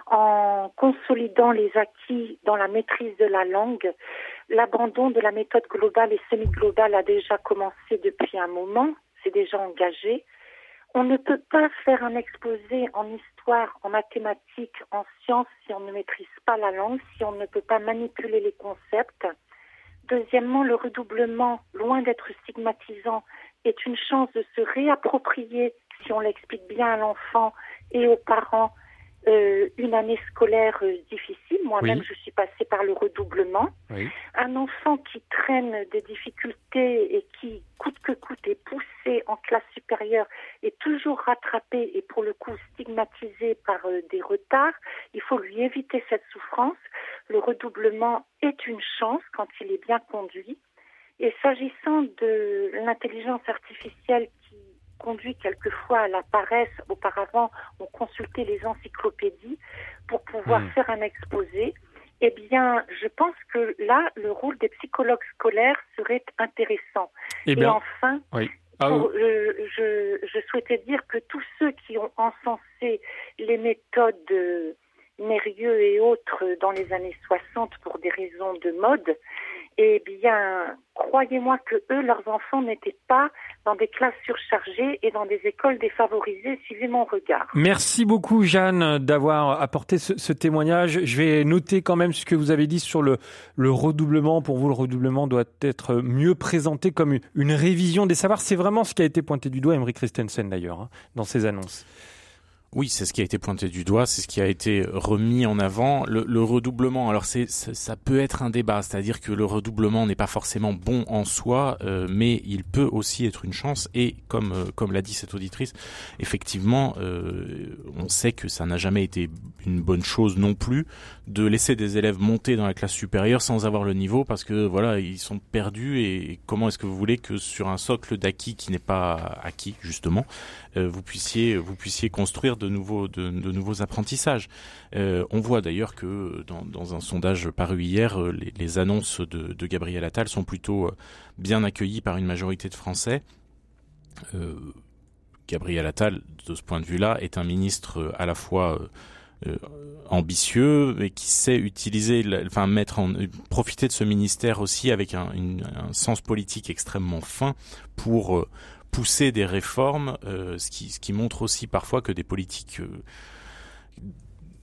en consolidant les acquis dans la maîtrise de la langue. L'abandon de la méthode globale et semi-globale a déjà commencé depuis un moment, c'est déjà engagé. On ne peut pas faire un exposé en histoire, en mathématiques, en sciences si on ne maîtrise pas la langue, si on ne peut pas manipuler les concepts. Deuxièmement, le redoublement, loin d'être stigmatisant, est une chance de se réapproprier, si on l'explique bien à l'enfant et aux parents, euh, une année scolaire euh, difficile. Moi-même, oui. Je suis passée par le redoublement. Oui. Un enfant qui traîne des difficultés et qui, coûte que coûte, est poussé en classe supérieure, est toujours rattrapé et pour le coup stigmatisé par euh, des retards, il faut lui éviter cette souffrance. Le redoublement est une chance quand il est bien conduit. Et s'agissant de l'intelligence artificielle qui conduit quelquefois à la paresse, auparavant on consultait les encyclopédies pour pouvoir mmh. faire un exposé, eh bien je pense que là le rôle des psychologues scolaires serait intéressant. Eh bien, Et enfin, oui. ah, pour, euh, je, je souhaitais dire que tous ceux qui ont encensé les méthodes euh, Mérieux et autres dans les années soixante pour des raisons de mode, eh bien, croyez-moi que eux, leurs enfants n'étaient pas dans des classes surchargées et dans des écoles défavorisées. Suivez mon regard. Merci beaucoup, Jeanne, d'avoir apporté ce, ce témoignage. Je vais noter quand même ce que vous avez dit sur le, le redoublement. Pour vous, le redoublement doit être mieux présenté comme une, une révision des savoirs. C'est vraiment ce qui a été pointé du doigt, Émeric Christensen d'ailleurs, hein, dans ses annonces. Oui, c'est ce qui a été pointé du doigt, c'est ce qui a été remis en avant. Le, le redoublement, alors c'est, ça peut être un débat, c'est-à-dire que le redoublement n'est pas forcément bon en soi, euh, mais il peut aussi être une chance. Et comme euh, comme l'a dit cette auditrice, effectivement, euh, on sait que ça n'a jamais été une bonne chose non plus de laisser des élèves monter dans la classe supérieure sans avoir le niveau, parce que voilà, ils sont perdus. Et comment est-ce que vous voulez que sur un socle d'acquis qui n'est pas acquis justement, euh, vous puissiez vous puissiez construire de nouveaux de, de nouveaux apprentissages. Euh, on voit d'ailleurs que dans, dans un sondage paru hier, les, les annonces de, de Gabriel Attal sont plutôt bien accueillies par une majorité de Français. Euh, Gabriel Attal, de ce point de vue-là, est un ministre à la fois euh, ambitieux et qui sait utiliser, enfin mettre en, profiter de ce ministère aussi avec un, une, un sens politique extrêmement fin pour euh, pousser des réformes, euh, ce qui ce qui montre aussi parfois que des politiques euh,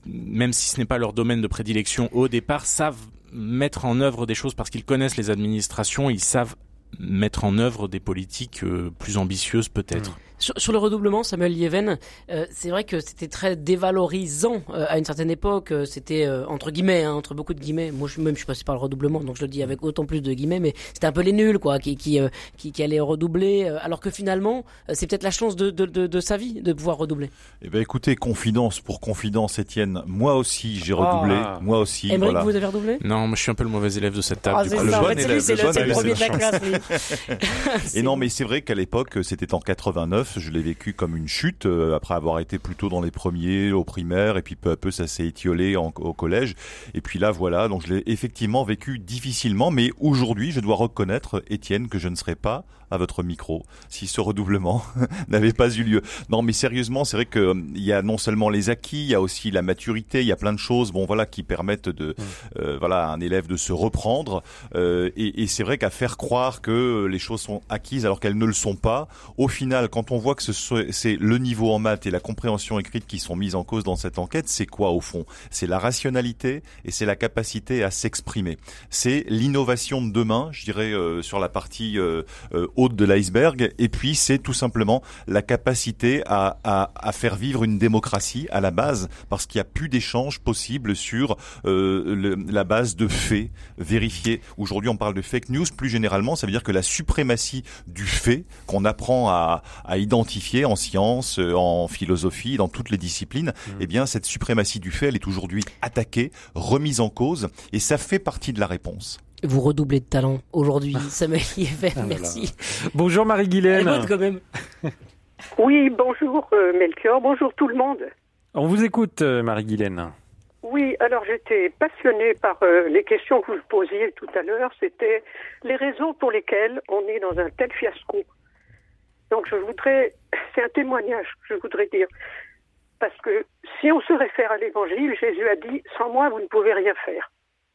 même si ce n'est pas leur domaine de prédilection au départ, savent mettre en œuvre des choses parce qu'ils connaissent les administrations, ils savent mettre en œuvre des politiques euh, plus ambitieuses peut-être. Mmh. Sur, sur le redoublement, Samuel Lieven, euh, c'est vrai que c'était très dévalorisant euh, à une certaine époque. Euh, c'était euh, entre guillemets, hein, entre beaucoup de guillemets. Moi, je, même, je suis passé par le redoublement, donc je le dis avec autant plus de guillemets. Mais c'était un peu les nuls, quoi, qui qui euh, qui, qui allaient redoubler, euh, alors que finalement, euh, c'est peut-être la chance de, de de de sa vie de pouvoir redoubler. Eh ben, écoutez, confidence pour confidence, Étienne. Moi aussi, j'ai redoublé. Ah. Moi aussi. Aymeric, voilà. Vous avez redoublé? Non, moi, je suis un peu le mauvais élève de cette table. Ah, du c'est coup, ça. le En jeune fait, élève, c'est le le, jeune c'est le élève, premier de c'est la la classe. Et non, mais c'est vrai qu'à l'époque, c'était en quatre-vingt-neuf. Je l'ai vécu comme une chute euh, après avoir été plutôt dans les premiers, au primaire, et puis peu à peu ça s'est étiolé en, au collège. Et puis là, voilà, donc je l'ai effectivement vécu difficilement, mais aujourd'hui, je dois reconnaître, Étienne, que je ne serais pas à votre micro si ce redoublement n'avait pas eu lieu. Non, mais sérieusement, c'est vrai que euh, il y a non seulement les acquis, il y a aussi la maturité, il y a plein de choses, bon voilà, qui permettent de, mmh. euh, voilà, à un élève de se reprendre. Euh, et, et c'est vrai qu'à faire croire que les choses sont acquises alors qu'elles ne le sont pas, au final, quand on voit que ce, c'est le niveau en maths et la compréhension écrite qui sont mises en cause dans cette enquête, c'est quoi au fond? C'est la rationalité et c'est la capacité à s'exprimer. C'est l'innovation de demain, je dirais, euh, sur la partie euh, euh, haute de l'iceberg, et puis c'est tout simplement la capacité à, à, à faire vivre une démocratie à la base, parce qu'il n'y a plus d'échanges possibles sur euh, le, la base de faits vérifiés. Aujourd'hui, on parle de fake news. Plus généralement, ça veut dire que la suprématie du fait qu'on apprend à, à identifier en sciences, en philosophie, dans toutes les disciplines, mmh. eh bien, cette suprématie du fait, elle est aujourd'hui attaquée, remise en cause, et ça fait partie de la réponse. Vous redoublez de talent aujourd'hui, Samuel Lieven, ah, merci. Voilà. Bonjour Marie-Guylaine. Elle vote quand même. Oui, bonjour euh, Melchior, bonjour tout le monde. On vous écoute euh, Marie-Guylaine. Oui, alors j'étais passionnée par euh, les questions que vous posiez tout à l'heure. C'était les raisons pour lesquelles on est dans un tel fiasco. Donc je voudrais, c'est un témoignage que je voudrais dire. Parce que si on se réfère à l'évangile, Jésus a dit « Sans moi, vous ne pouvez rien faire ».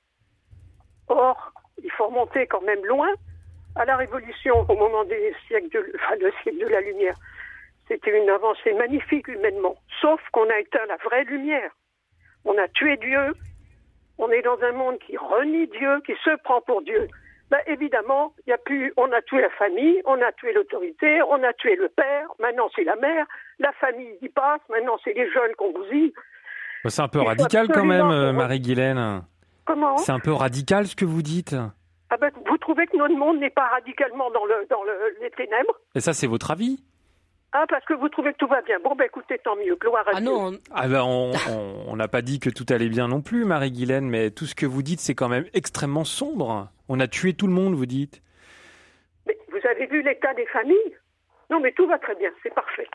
Or, il faut remonter quand même loin à la Révolution, au moment des siècles de, enfin, le siècle de la lumière. C'était une avancée magnifique humainement, sauf qu'on a éteint la vraie lumière. On a tué Dieu, on est dans un monde qui renie Dieu, qui se prend pour Dieu. Ben, évidemment, y a plus, on a tué la famille, on a tué l'autorité, on a tué le père, maintenant c'est la mère, la famille y passe, maintenant c'est les jeunes qu'on bousille. C'est un peu il radical quand même, euh, Marie-Guylaine. Comment ? C'est un peu radical ce que vous dites. Ah ben, vous trouvez que notre monde n'est pas radicalement dans, le, dans le, les ténèbres ? Et ça, c'est votre avis ? Ah, parce que vous trouvez que tout va bien. Bon, ben écoutez, tant mieux. Gloire à ah Dieu. Non, on... Ah ben, on n'a pas dit que tout allait bien non plus, Marie-Guylaine, mais tout ce que vous dites, c'est quand même extrêmement sombre. On a tué tout le monde, vous dites. Mais vous avez vu l'état des familles ? Non, mais tout va très bien, c'est parfait.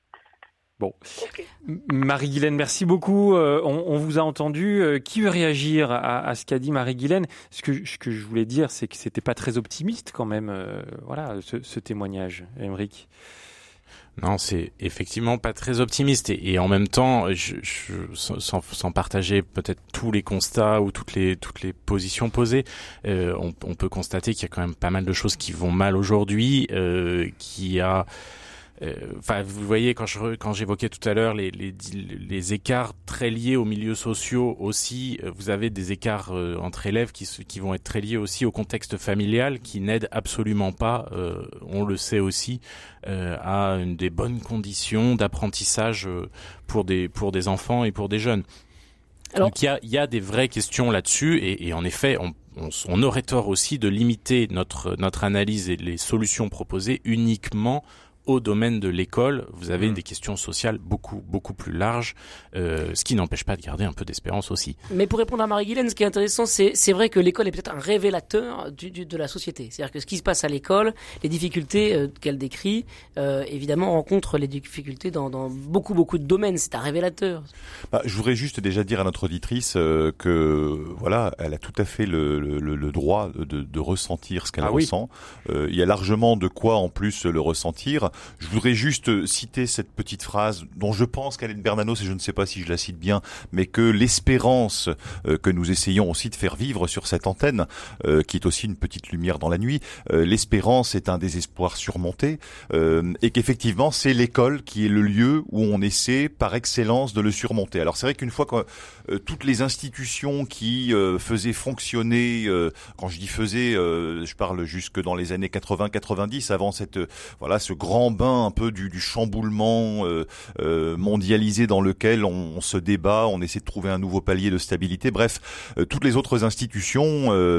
Bon. Okay. Marie-Guylaine, merci beaucoup. Euh, on, on vous a entendu. Euh, qui veut réagir à, à ce qu'a dit Marie-Guylaine ? Ce que, ce que je voulais dire, c'est que c'était pas très optimiste quand même, euh, voilà, ce, ce témoignage, Aymeric. Non, c'est effectivement pas très optimiste et, et en même temps, je, je, sans, sans partager peut-être tous les constats ou toutes les toutes les positions posées, euh, on, on peut constater qu'il y a quand même pas mal de choses qui vont mal aujourd'hui, euh, qu'il y a Enfin, euh, vous voyez, quand je quand j'évoquais tout à l'heure les, les les écarts très liés aux milieux sociaux aussi, vous avez des écarts euh, entre élèves qui qui vont être très liés aussi au contexte familial, qui n'aident absolument pas, euh, on le sait aussi, euh, à une, des bonnes conditions d'apprentissage pour des pour des enfants et pour des jeunes. Alors, donc il y a il y a des vraies questions là-dessus et, et en effet on On, on aurait tort aussi de limiter notre notre analyse et les solutions proposées uniquement au domaine de l'école. Vous avez mmh. des questions sociales beaucoup beaucoup plus larges, euh, ce qui n'empêche pas de garder un peu d'espérance aussi. Mais pour répondre à Marie-Guylaine, ce qui est intéressant, c'est c'est vrai que l'école est peut-être un révélateur du, du de la société. C'est-à-dire que ce qui se passe à l'école, les difficultés euh, qu'elle décrit, euh, évidemment rencontrent les difficultés dans dans beaucoup beaucoup de domaines. C'est un révélateur. Bah, je voudrais juste déjà dire à notre auditrice euh, que voilà, elle a tout à fait le le, le droit de, de ressentir ce qu'elle ah, ressent. Oui. Euh, il y a largement de quoi en plus le ressentir. Je voudrais juste citer cette petite phrase dont je pense qu'elle est de Bernanos et je ne sais pas si je la cite bien, mais que l'espérance euh, que nous essayons aussi de faire vivre sur cette antenne, euh, qui est aussi une petite lumière dans la nuit, euh, l'espérance est un désespoir surmonté euh, et qu'effectivement c'est l'école qui est le lieu où on essaie par excellence de le surmonter. Alors c'est vrai qu'une fois que euh, toutes les institutions qui euh, faisaient fonctionner, euh, quand je dis faisaient, euh, je parle jusque dans les années quatre-vingts quatre-vingt-dix, avant cette euh, voilà ce grand bain un peu du, du chamboulement euh, euh, mondialisé dans lequel on, on se débat, on essaie de trouver un nouveau palier de stabilité. Bref, euh, toutes les autres institutions euh,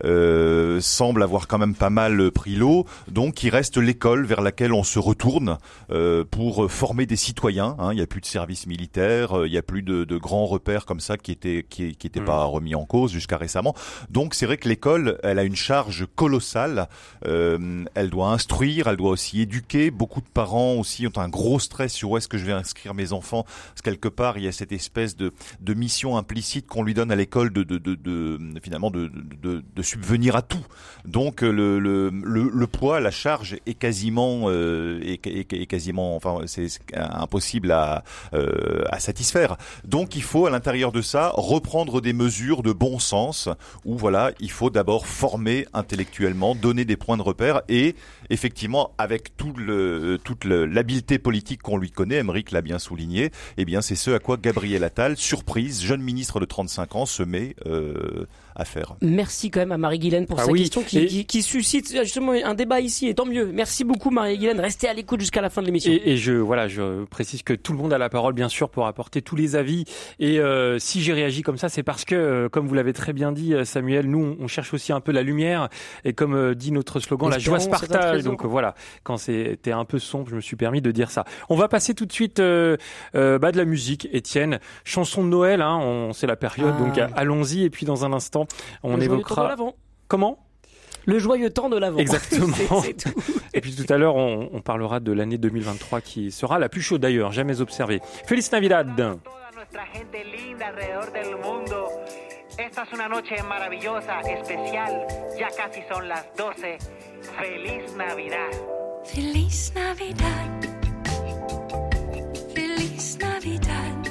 euh, semblent avoir quand même pas mal pris l'eau, donc il reste l'école vers laquelle on se retourne euh, pour former des citoyens. Hein. Il n'y a plus de service militaire, il n'y a plus de, de grands repères comme ça qui étaient qui, qui étaient mmh. pas remis en cause jusqu'à récemment. Donc c'est vrai que l'école, elle a une charge colossale. Euh, elle doit instruire, elle doit aussi éduquer. Beaucoup de parents aussi ont un gros stress sur où est-ce que je vais inscrire mes enfants, parce que quelque part il y a cette espèce de, de mission implicite qu'on lui donne à l'école de, de, de, de finalement de, de, de subvenir à tout. Donc le, le, le, le poids, la charge est quasiment, euh, est, est, est quasiment, enfin c'est impossible à, euh, à satisfaire. Donc il faut à l'intérieur de ça reprendre des mesures de bon sens où voilà, il faut d'abord former intellectuellement, donner des points de repère et effectivement avec tout le, toute le, l'habileté politique qu'on lui connaît, Aymeric l'a bien souligné, eh bien c'est ce à quoi Gabriel Attal, surprise, jeune ministre de trente-cinq ans, se met euh, à faire. Merci quand même à Marie-Guylaine pour ah sa oui. question qui, et... qui, qui suscite justement un débat ici, et tant mieux. Merci beaucoup Marie-Guylaine, restez à l'écoute jusqu'à la fin de l'émission. Et, et je voilà, je précise que tout le monde a la parole bien sûr pour apporter tous les avis et euh, si j'ai réagi comme ça, c'est parce que euh, comme vous l'avez très bien dit Samuel, nous on cherche aussi un peu la lumière et comme euh, dit notre slogan, la joie se partage. Donc euh, voilà, quand c'était un peu sombre, je me suis permis de dire ça. On va passer tout de suite euh, euh, bah, de la musique, Étienne, chanson de Noël, hein, on c'est la période, ah. donc allons-y et puis dans un instant, on le évoquera comment le joyeux temps de l'Avent. Exactement. c'est, c'est tout. Et puis tout à l'heure, on, on parlera de l'année deux mille vingt-trois qui sera la plus chaude d'ailleurs, jamais observée. Feliz Navidad. Esta es una noche maravillosa, especial. Ya casi son las doce. Feliz Navidad. Feliz Navidad. Feliz Navidad.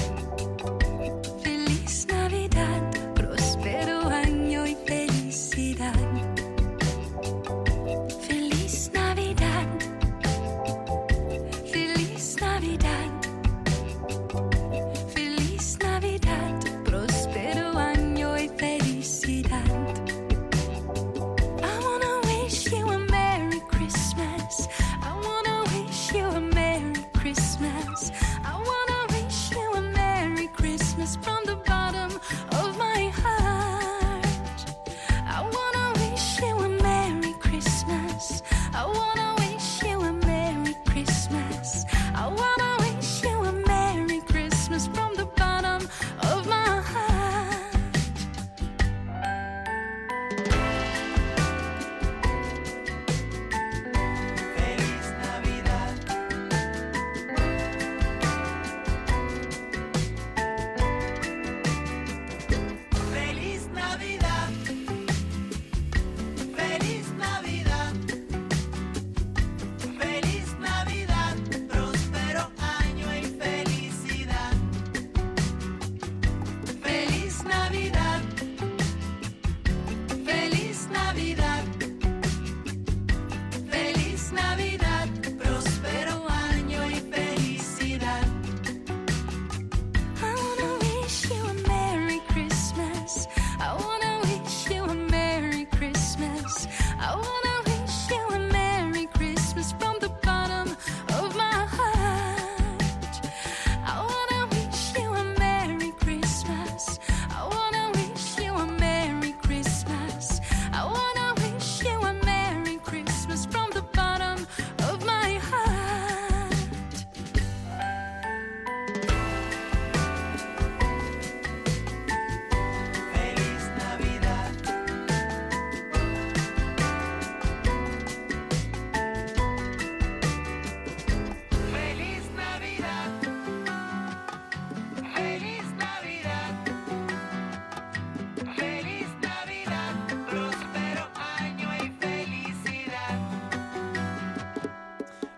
Feliz Navidad. Próspero año y felicidad. Feliz Navidad. Feliz Navidad. Feliz Navidad. Próspero año y felicidad. I wanna wish you a Merry Christmas. I wanna wish you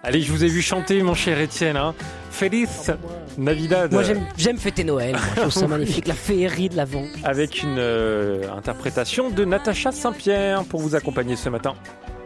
Allez, je vous ai vu chanter, mon cher Étienne. Hein. Feliz Navidad. Moi, j'aime, j'aime fêter Noël. Moi, je trouve ça magnifique, la féerie de l'Avent. Avec une euh, interprétation de Natacha Saint-Pierre pour vous accompagner ce matin.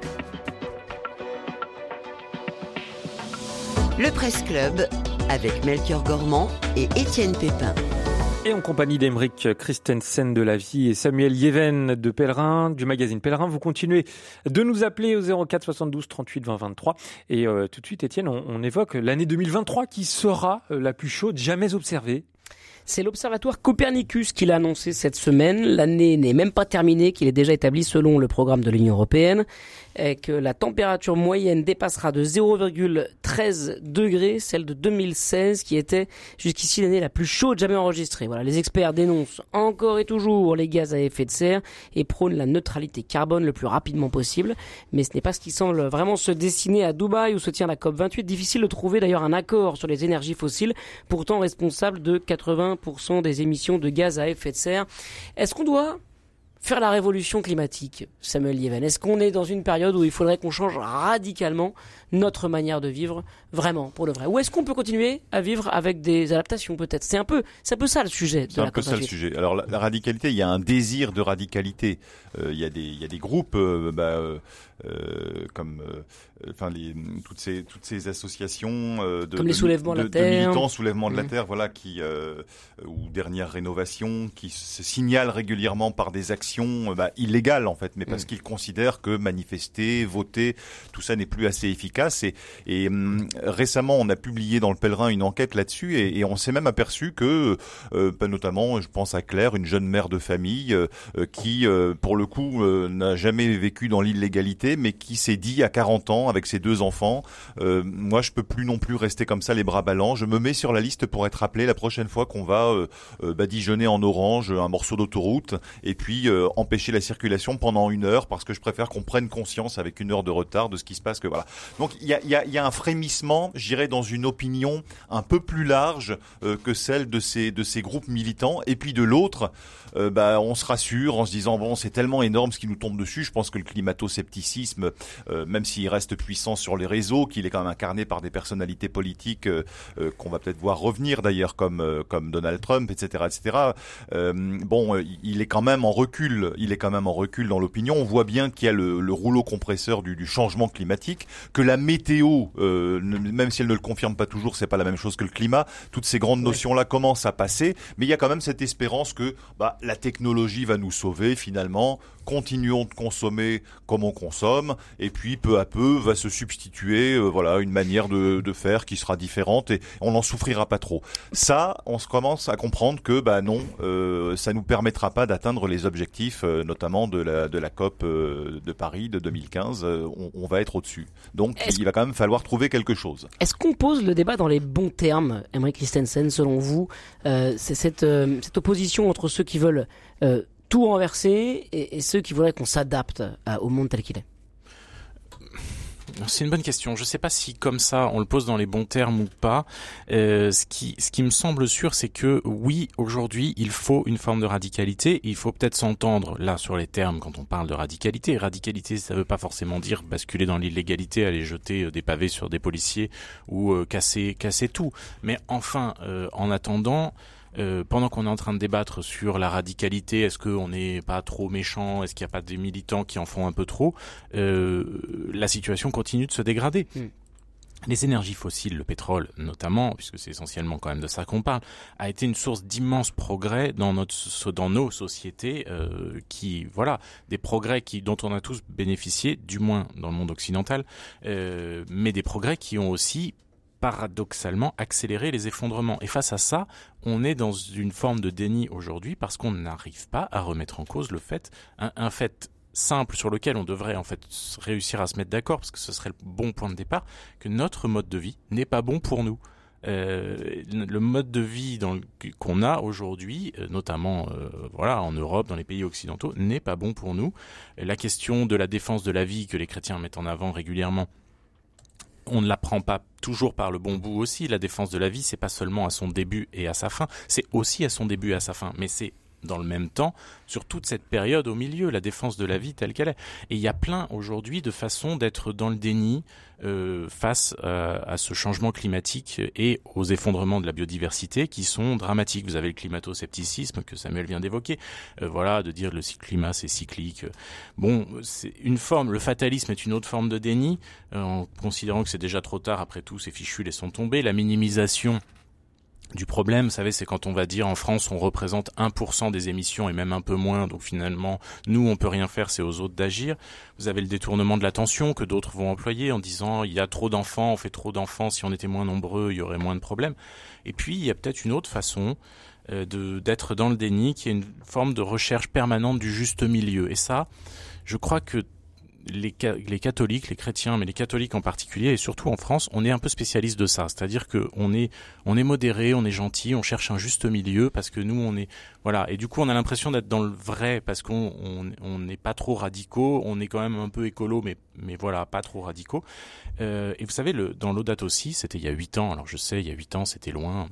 Le Presse Club avec Melchior Gormand et Étienne Pépin. Et en compagnie d'Aymeric Christensen de La Vie et Samuel Yéven de Pèlerin, du magazine Pèlerin, vous continuez de nous appeler au zéro quatre soixante-douze trente-huit vingt vingt-trois. Et euh, tout de suite, Étienne, on, on évoque l'année deux mille vingt-trois qui sera euh, la plus chaude jamais observée. C'est l'observatoire Copernicus qui l'a annoncé cette semaine. L'année n'est même pas terminée, qu'il est déjà établi selon le programme de l'Union européenne, et que la température moyenne dépassera de zéro virgule treize degrés, celle de deux mille seize, qui était jusqu'ici l'année la plus chaude jamais enregistrée. Voilà, les experts dénoncent encore et toujours les gaz à effet de serre et prônent la neutralité carbone le plus rapidement possible. Mais ce n'est pas ce qui semble vraiment se dessiner à Dubaï où se tient la COP vingt-huit. Difficile de trouver d'ailleurs un accord sur les énergies fossiles, pourtant responsables de quatre-vingts pour cent des émissions de gaz à effet de serre. Est-ce qu'on doit faire la révolution climatique, Samuel Yéven? Est-ce qu'on est dans une période où il faudrait qu'on change radicalement notre manière de vivre, vraiment, pour le vrai? Ou est-ce qu'on peut continuer à vivre avec des adaptations, peut-être? C'est un peu, c'est un peu ça le sujet de C'est la un peu ça le sujet. Alors la, la radicalité, il y a un désir de radicalité. Euh, il y a des, il y a des groupes, euh, bah, euh, euh, comme, euh, enfin les, toutes ces, toutes ces associations euh, de, comme les de, soulèvements de, de la Terre, de militants, soulèvements de la mmh. Terre, voilà, qui euh, ou dernière rénovation, qui se signalent régulièrement par des actions bah, illégales en fait, mais parce mmh. qu'ils considèrent que manifester, voter, tout ça n'est plus assez efficace. Et, et hum, récemment, on a publié dans le Pèlerin une enquête là-dessus, et, et on s'est même aperçu que, euh, bah, notamment, je pense à Claire, une jeune mère de famille euh, qui, euh, pour le coup, euh, n'a jamais vécu dans l'illégalité, mais qui s'est dit à quarante ans, avec ses deux enfants, euh, moi, je peux plus non plus rester comme ça, les bras ballants. Je me mets sur la liste pour être appelé la prochaine fois qu'on va euh, euh, badigeonner en orange un morceau d'autoroute, et puis euh, empêcher la circulation pendant une heure, parce que je préfère qu'on prenne conscience avec une heure de retard de ce qui se passe. Que voilà. Donc il y a, y a, y a un frémissement, j'irais, dans une opinion un peu plus large euh, que celle de ces de ces groupes militants. Et puis de l'autre, euh, bah on se rassure en se disant bon, c'est tellement énorme ce qui nous tombe dessus. Je pense que le climato-scepticisme, euh, même s'il reste puissant sur les réseaux, qu'il est quand même incarné par des personnalités politiques euh, euh, qu'on va peut-être voir revenir d'ailleurs, comme euh, comme Donald Trump, et cetera, et cetera. Euh, bon, euh, il est quand même en recul. Il est quand même en recul dans l'opinion. On voit bien qu'il y a le, le rouleau compresseur du, du changement climatique, que la météo, euh, même si elle ne le confirme pas toujours, c'est pas la même chose que le climat. Toutes ces grandes notions-là commencent à passer, mais il y a quand même cette espérance que bah, la technologie va nous sauver finalement. Continuons de consommer comme on consomme, et puis peu à peu va se substituer euh, voilà une manière de, de faire qui sera différente, et on n'en souffrira pas trop. Ça, on se commence à comprendre que bah non, euh, ça nous permettra pas d'atteindre les objectifs, euh, notamment de la de la COP euh, de Paris de deux mille quinze. Euh, on, on va être au-dessus. Donc Est-ce il va quand même falloir trouver quelque chose. Est-ce qu'on pose le débat dans les bons termes, Aymeric Christensen, selon vous? euh, C'est cette euh, cette opposition entre ceux qui veulent euh, tout renverser et, et ceux qui voudraient qu'on s'adapte à, au monde tel qu'il est? C'est une bonne question. Je ne sais pas si comme ça on le pose dans les bons termes ou pas. Euh, ce qui, ce qui me semble sûr, c'est que oui, aujourd'hui, il faut une forme de radicalité. Il faut peut-être s'entendre là sur les termes quand on parle de radicalité. Radicalité, ça ne veut pas forcément dire basculer dans l'illégalité, aller jeter des pavés sur des policiers ou euh, casser, casser tout. Mais enfin, euh, en attendant. Euh, pendant qu'on est en train de débattre sur la radicalité, est-ce qu'on n'est pas trop méchant, est-ce qu'il n'y a pas des militants qui en font un peu trop, euh, la situation continue de se dégrader. Mm. Les énergies fossiles, le pétrole notamment, puisque c'est essentiellement quand même de ça qu'on parle, a été une source d'immenses progrès dans notre, dans nos sociétés, euh, qui, voilà, des progrès qui, dont on a tous bénéficié, du moins dans le monde occidental, euh, mais des progrès qui ont aussi paradoxalement accélérer les effondrements. Et face à ça, on est dans une forme de déni aujourd'hui parce qu'on n'arrive pas à remettre en cause le fait, un, un fait simple sur lequel on devrait en fait réussir à se mettre d'accord, parce que ce serait le bon point de départ, que notre mode de vie n'est pas bon pour nous. Euh, le mode de vie dans le, qu'on a aujourd'hui, euh, notamment euh, voilà en Europe, dans les pays occidentaux, n'est pas bon pour nous. La question de la défense de la vie que les chrétiens mettent en avant régulièrement, on ne la prend pas toujours par le bon bout aussi. La défense de la vie, c'est pas seulement à son début et à sa fin, c'est aussi à son début et à sa fin. Mais c'est dans le même temps sur toute cette période au milieu, la défense de la vie telle qu'elle est. Et il y a plein aujourd'hui de façons d'être dans le déni euh, face à, à ce changement climatique et aux effondrements de la biodiversité qui sont dramatiques. Vous avez le climato-scepticisme que Samuel vient d'évoquer, euh, voilà, de dire le climat c'est cyclique. Bon, c'est une forme, le fatalisme est une autre forme de déni, euh, en considérant que c'est déjà trop tard, après tout ces fichus laissons tomber. La minimisation du problème, vous savez, c'est quand on va dire en France on représente un pour cent des émissions et même un peu moins, donc finalement nous on peut rien faire, c'est aux autres d'agir. Vous avez le détournement de l'attention que d'autres vont employer en disant il y a trop d'enfants, on fait trop d'enfants, si on était moins nombreux il y aurait moins de problèmes. Et puis il y a peut-être une autre façon euh, de d'être dans le déni qui est une forme de recherche permanente du juste milieu. Et ça, je crois que Les, les catholiques, les chrétiens, mais les catholiques en particulier, et surtout en France, on est un peu spécialiste de ça. C'est-à-dire que on est, on est modéré, on est gentil, on cherche un juste milieu parce que nous, on est, voilà. Et du coup, on a l'impression d'être dans le vrai parce qu'on, on, on n'est pas trop radicaux. On est quand même un peu écolo, mais, mais voilà, pas trop radicaux. Euh, et vous savez, le, dans Laudato Si, c'était il y a huit ans. Alors je sais, il y a huit ans, c'était loin.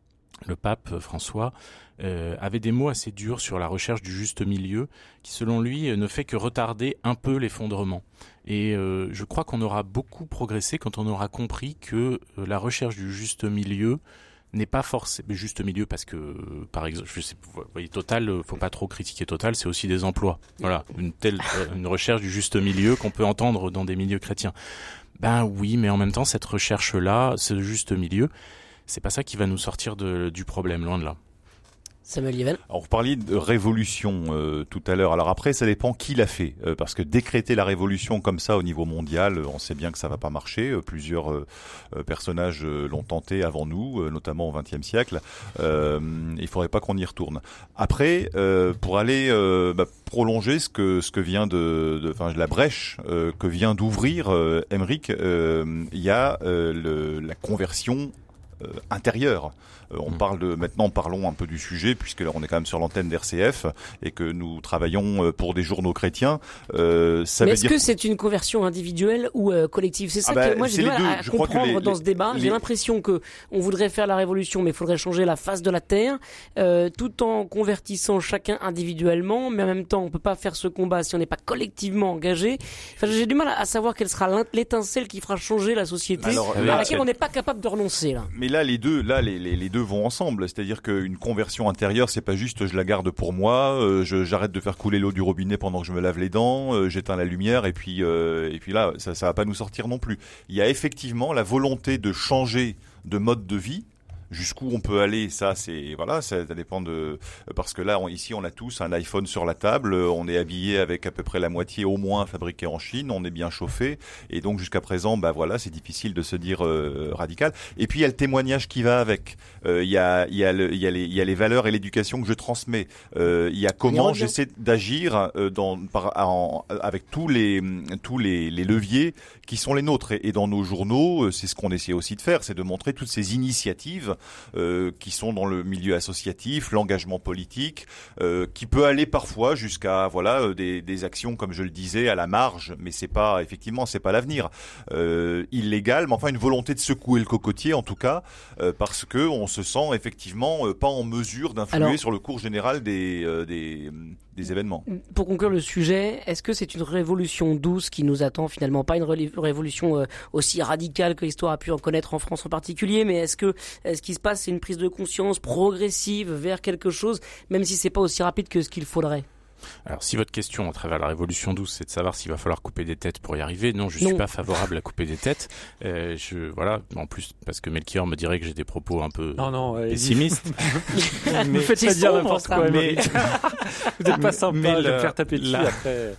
Le pape François euh, avait des mots assez durs sur la recherche du juste milieu qui, selon lui, ne fait que retarder un peu l'effondrement. Et euh, je crois qu'on aura beaucoup progressé quand on aura compris que euh, la recherche du juste milieu n'est pas forcément juste milieu parce que, euh, par exemple, je sais, vous voyez, Total, euh, faut pas trop critiquer Total, c'est aussi des emplois. Voilà, une telle euh, une recherche du juste milieu qu'on peut entendre dans des milieux chrétiens. Ben oui, mais en même temps, cette recherche-là, ce juste milieu, c'est pas ça qui va nous sortir de, du problème, loin de là. Samuel Yvel. Alors, vous parliez de révolution euh, tout à l'heure. Alors après, ça dépend qui l'a fait. Euh, parce que décréter la révolution comme ça au niveau mondial, on sait bien que ça va pas marcher. Euh, plusieurs euh, personnages euh, l'ont tenté avant nous, euh, notamment au vingtième siècle. Euh, il faudrait pas qu'on y retourne. Après, euh, pour aller euh, bah, prolonger ce que ce que vient de, de enfin la brèche euh, que vient d'ouvrir euh, Émeric, euh, il y a euh, le, la conversion euh, intérieure. Euh, on mmh. parle de maintenant parlons un peu du sujet puisque là on est quand même sur l'antenne d'R C F et que nous travaillons pour des journaux chrétiens. Euh, ça Mais veut est-ce dire que c'est une conversion individuelle ou euh, collective? C'est ça ah bah, que moi j'ai du mal à comprendre les, dans les, ce débat. Les... J'ai l'impression que on voudrait faire la révolution, mais il faudrait changer la face de la terre, euh, tout en convertissant chacun individuellement. Mais en même temps, on peut pas faire ce combat si on n'est pas collectivement engagé. Enfin, j'ai du mal à savoir quelle sera l'étincelle qui fera changer la société, Alors, là, à laquelle c'est... on n'est pas capable de renoncer là. Mais là, les deux, là, les, les, les deux vont ensemble. C'est-à-dire qu'une conversion intérieure, c'est pas juste je la garde pour moi, euh, je, j'arrête de faire couler l'eau du robinet pendant que je me lave les dents, euh, j'éteins la lumière et puis euh, et puis là, ça, ça va pas nous sortir non plus. Il y a effectivement la volonté de changer de mode de vie. Jusqu'où on peut aller, ça c'est voilà, ça, ça dépend de parce que là on, ici on a tous un iPhone sur la table, on est habillé avec à peu près la moitié au moins fabriqué en Chine, on est bien chauffé et donc jusqu'à présent bah voilà c'est difficile de se dire euh, radical. Et puis il y a le témoignage qui va avec, euh, il y a il y a le, il y a les il y a les valeurs et l'éducation que je transmets, euh, il y a comment j'essaie d'agir euh, dans par en, avec tous les tous les, les leviers qui sont les nôtres et, et dans nos journaux c'est ce qu'on essaie aussi de faire, c'est de montrer toutes ces initiatives Euh, qui sont dans le milieu associatif, l'engagement politique, euh, qui peut aller parfois jusqu'à voilà euh, des, des actions comme je le disais à la marge, mais c'est pas effectivement c'est pas l'avenir euh, illégal, mais enfin une volonté de secouer le cocotier en tout cas euh, parce que on se sent effectivement euh, pas en mesure d'influer Alors, sur le cours général des euh, des des événements. Pour conclure le sujet, est-ce que c'est une révolution douce qui nous attend finalement, pas une ré- révolution euh, aussi radicale que l'histoire a pu en connaître en France en particulier, mais est-ce que ce qui se passe c'est une prise de conscience progressive vers quelque chose, même si c'est pas aussi rapide que ce qu'il faudrait? Alors, si votre question à travers la révolution douce, c'est de savoir s'il va falloir couper des têtes pour y arriver, non, je non. suis pas favorable à couper des têtes. Euh, je voilà, en plus parce que Melchior me dirait que j'ai des propos un peu non, non, ouais, pessimistes. mais me faites pas dire n'importe quoi. Mais vous n'êtes pas sympa mais de le... me faire taper dessus la... après.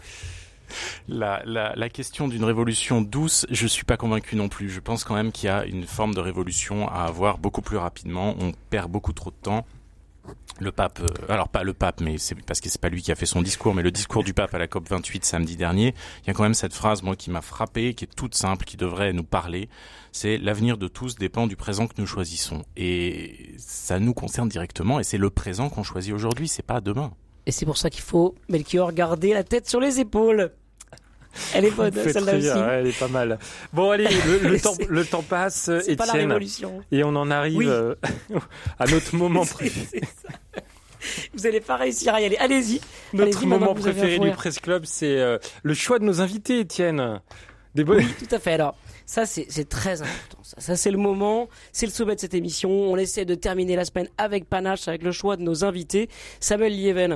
La, la, la question d'une révolution douce, je suis pas convaincu non plus. Je pense quand même qu'il y a une forme de révolution à avoir beaucoup plus rapidement. On perd beaucoup trop de temps. Le pape, euh, alors pas le pape, mais c'est parce que c'est pas lui qui a fait son discours, mais le discours du pape à la COP vingt-huit samedi dernier, il y a quand même cette phrase, moi, qui m'a frappé, qui est toute simple, qui devrait nous parler. C'est l'avenir de tous dépend du présent que nous choisissons. Et ça nous concerne directement, et c'est le présent qu'on choisit aujourd'hui, c'est pas demain. Et c'est pour ça qu'il faut, Melchior, garder la tête sur les épaules. Elle est bonne, celle-là aussi. Ouais, elle est pas mal. Bon, allez, le, le, temps, le temps passe, c'est Étienne, pas la révolution. Et on en arrive oui. euh, à notre moment préféré. Vous n'allez pas réussir à y aller. Allez-y. Notre Allez-y, moment vous avez préféré un fou du rire. Presse Club, c'est euh, le choix de nos invités, Étienne. Des bonnes... Oui, tout à fait. Alors, ça, c'est, c'est très important. Ça. ça, c'est le moment, c'est le sommet de cette émission. On essaie de terminer la semaine avec panache, avec le choix de nos invités. Samuel Lieven,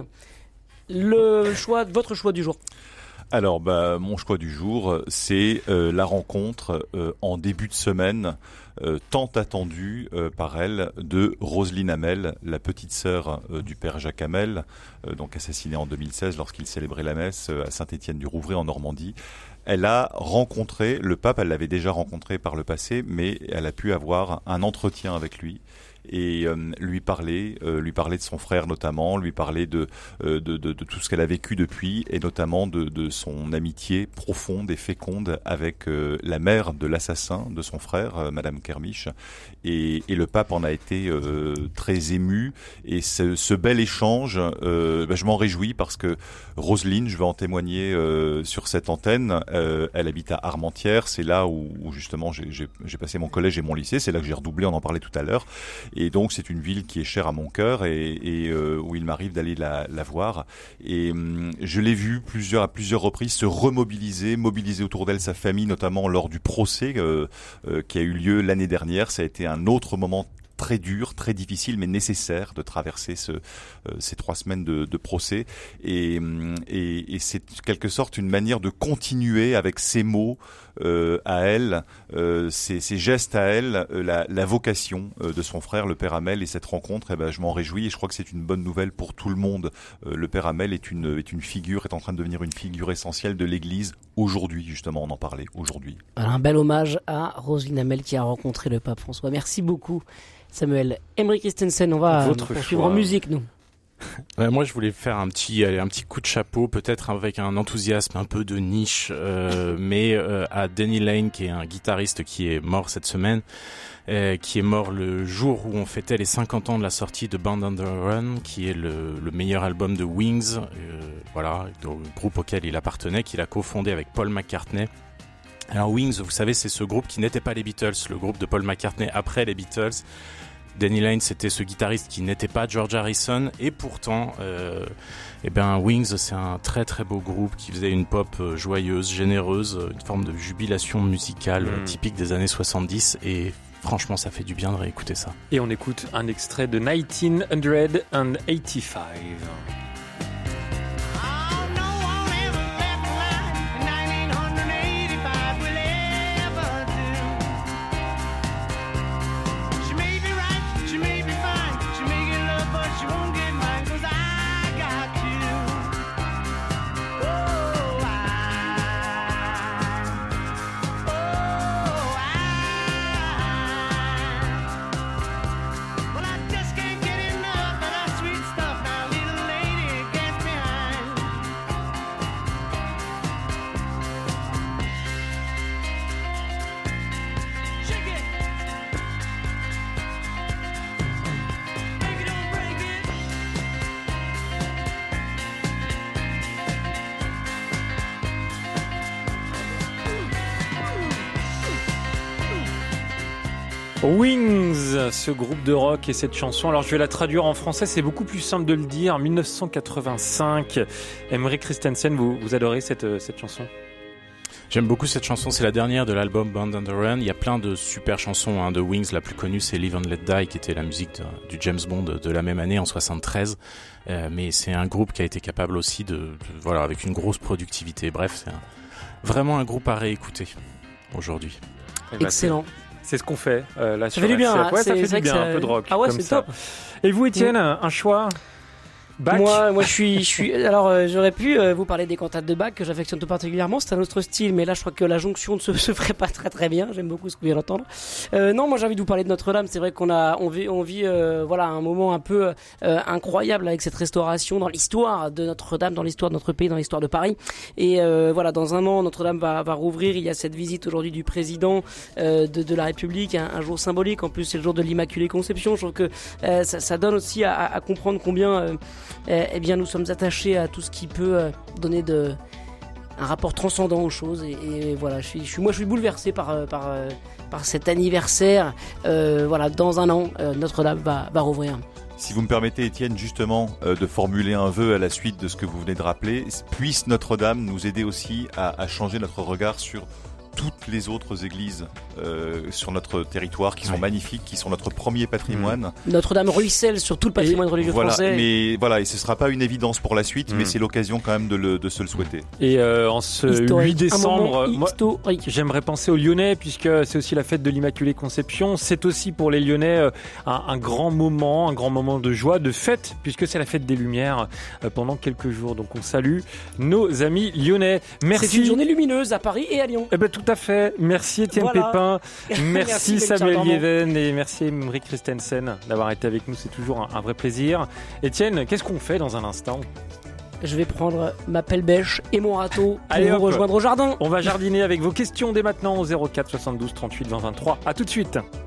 le choix, votre choix du jour. Alors, bah, mon choix du jour, c'est euh, la rencontre euh, en début de semaine, euh, tant attendue euh, par elle, de Roselyne Hamel, la petite sœur euh, du père Jacques Hamel, euh, donc assassinée en deux mille seize lorsqu'il célébrait la messe euh, à Saint-Étienne-du-Rouvray en Normandie. Elle a rencontré le pape, elle l'avait déjà rencontré par le passé, mais elle a pu avoir un entretien avec lui. Et euh, lui parler, euh, lui parler de son frère notamment, lui parler de euh, de, de, de tout ce qu'elle a vécu depuis, et notamment de, de son amitié profonde et féconde avec euh, la mère de l'assassin de son frère, euh, Madame Kermiche. Et, et le pape en a été euh, très ému. Et ce, ce bel échange, euh, bah, je m'en réjouis parce que Roselyne, je veux en témoigner euh, sur cette antenne. Euh, elle habite à Armentières, c'est là où, où justement j'ai, j'ai, j'ai passé mon collège et mon lycée. C'est là que j'ai redoublé, on en parlait tout à l'heure. Et donc c'est une ville qui est chère à mon cœur et, et euh, où il m'arrive d'aller la, la voir. Et hum, je l'ai vue plusieurs, à plusieurs reprises se remobiliser, mobiliser autour d'elle sa famille, notamment lors du procès euh, euh, qui a eu lieu l'année dernière. Ça a été un autre moment très dur, très difficile, mais nécessaire de traverser ce, euh, ces trois semaines de, de procès. Et, et, et c'est quelque sorte une manière de continuer avec ces mots euh, à elle, euh, ces, ces gestes à elle, euh, la, la vocation euh, de son frère, le père Hamel. Et cette rencontre, eh ben, je m'en réjouis et je crois que c'est une bonne nouvelle pour tout le monde. Euh, le père Hamel est une, est une figure, est en train de devenir une figure essentielle de l'Église aujourd'hui, justement, on en parlait aujourd'hui. Alors, un bel hommage à Roselyne Hamel qui a rencontré le pape François. Merci beaucoup, Samuel. Emery Christensen, on va Votre poursuivre choix. en musique, nous. Ouais, moi, je voulais faire un petit, allez, un petit coup de chapeau, peut-être avec un enthousiasme un peu de niche, euh, mais euh, à Denny Laine, qui est un guitariste qui est mort cette semaine, euh, qui est mort le jour où on fêtait les cinquante ans de la sortie de Band on the Run, qui est le, le meilleur album de Wings, euh, voilà, le groupe auquel il appartenait, qu'il a cofondé avec Paul McCartney. Alors Wings, vous savez, c'est ce groupe qui n'était pas les Beatles, le groupe de Paul McCartney après les Beatles. Denny Laine, c'était ce guitariste qui n'était pas George Harrison, et pourtant, euh, eh ben Wings, c'est un très très beau groupe qui faisait une pop euh, joyeuse, généreuse, une forme de jubilation musicale Mmh. euh, typique des années soixante-dix, et franchement, ça fait du bien de réécouter ça. Et on écoute un extrait de dix-neuf quatre-vingt-quinze. Wings, ce groupe de rock et cette chanson. Alors je vais la traduire en français, c'est beaucoup plus simple de le dire. dix-neuf cent quatre-vingt-cinq. Emery Christensen, vous, vous adorez cette, cette chanson ? J'aime beaucoup cette chanson, c'est la dernière de l'album Band on the Run. Il y a plein de super chansons hein, de Wings. La plus connue, c'est Live and Let Die, qui était la musique de, du James Bond de la même année, en soixante-treize. Euh, mais c'est un groupe qui a été capable aussi de, de voilà, avec une grosse productivité. Bref, c'est un, vraiment un groupe à réécouter aujourd'hui. Eh ben, Excellent. C'est, c'est ce qu'on fait euh, là Ça sur fait du bien, R C F. hein, Ouais, c'est- ça fait c'est du bien, vrai que un ça- peu de rock. Ah ouais, comme c'est ça. top. Et vous, Étienne, un choix ? Bach. Moi, moi, je suis, je suis. Alors, euh, j'aurais pu euh, vous parler des cantates de Bach que j'affectionne tout particulièrement. C'est un autre style, mais là, je crois que la jonction ne se, se ferait pas très très bien. J'aime beaucoup ce que vous vient d'entendre. Euh, non, moi, j'ai envie de vous parler de Notre-Dame. C'est vrai qu'on a, on vit, on vit, euh, voilà, un moment un peu euh, incroyable avec cette restauration dans l'histoire de Notre-Dame, dans l'histoire de notre pays, dans l'histoire de Paris. Et euh, voilà, dans un an, Notre-Dame va, va rouvrir. Il y a cette visite aujourd'hui du président euh, de, de la République, un, un jour symbolique. En plus, c'est le jour de l'Immaculée Conception. Je trouve que euh, ça, ça donne aussi à, à comprendre combien, euh, eh bien, nous sommes attachés à tout ce qui peut euh, donner de, un rapport transcendant aux choses. Et, et voilà, je suis, je suis, moi, je suis bouleversé par, euh, par, euh, par cet anniversaire. Euh, voilà, dans un an, euh, Notre-Dame va, va rouvrir. Si vous me permettez, Étienne, justement, euh, de formuler un vœu à la suite de ce que vous venez de rappeler, puisse Notre-Dame nous aider aussi à, à changer notre regard sur toutes les autres églises euh, sur notre territoire qui sont ouais. magnifiques, qui sont notre premier patrimoine. Mmh. Notre-Dame ruisselle sur tout le patrimoine et religieux voilà, français. Mais voilà, et ce sera pas une évidence pour la suite, mmh. mais c'est l'occasion quand même de, le, de se le souhaiter. Et euh, en ce historique. huit décembre, moi, historique. j'aimerais penser aux Lyonnais puisque c'est aussi la fête de l'Immaculée Conception. C'est aussi pour les Lyonnais euh, un, un grand moment, un grand moment de joie, de fête, puisque c'est la fête des Lumières euh, pendant quelques jours. Donc on salue nos amis lyonnais. Merci. C'est une journée lumineuse à Paris et à Lyon. Eh ben tout à fait. Merci Étienne voilà. Pépin, merci, merci Samuel Lieven et merci Emery Christensen d'avoir été avec nous. C'est toujours un, un vrai plaisir. Étienne, qu'est-ce qu'on fait dans un instant ? Je vais prendre ma pelle bêche et mon râteau pour Allez, vous hop. rejoindre au jardin. On va jardiner avec vos questions dès maintenant au zéro quatre soixante-douze trente-huit vingt vingt-trois. À tout de suite.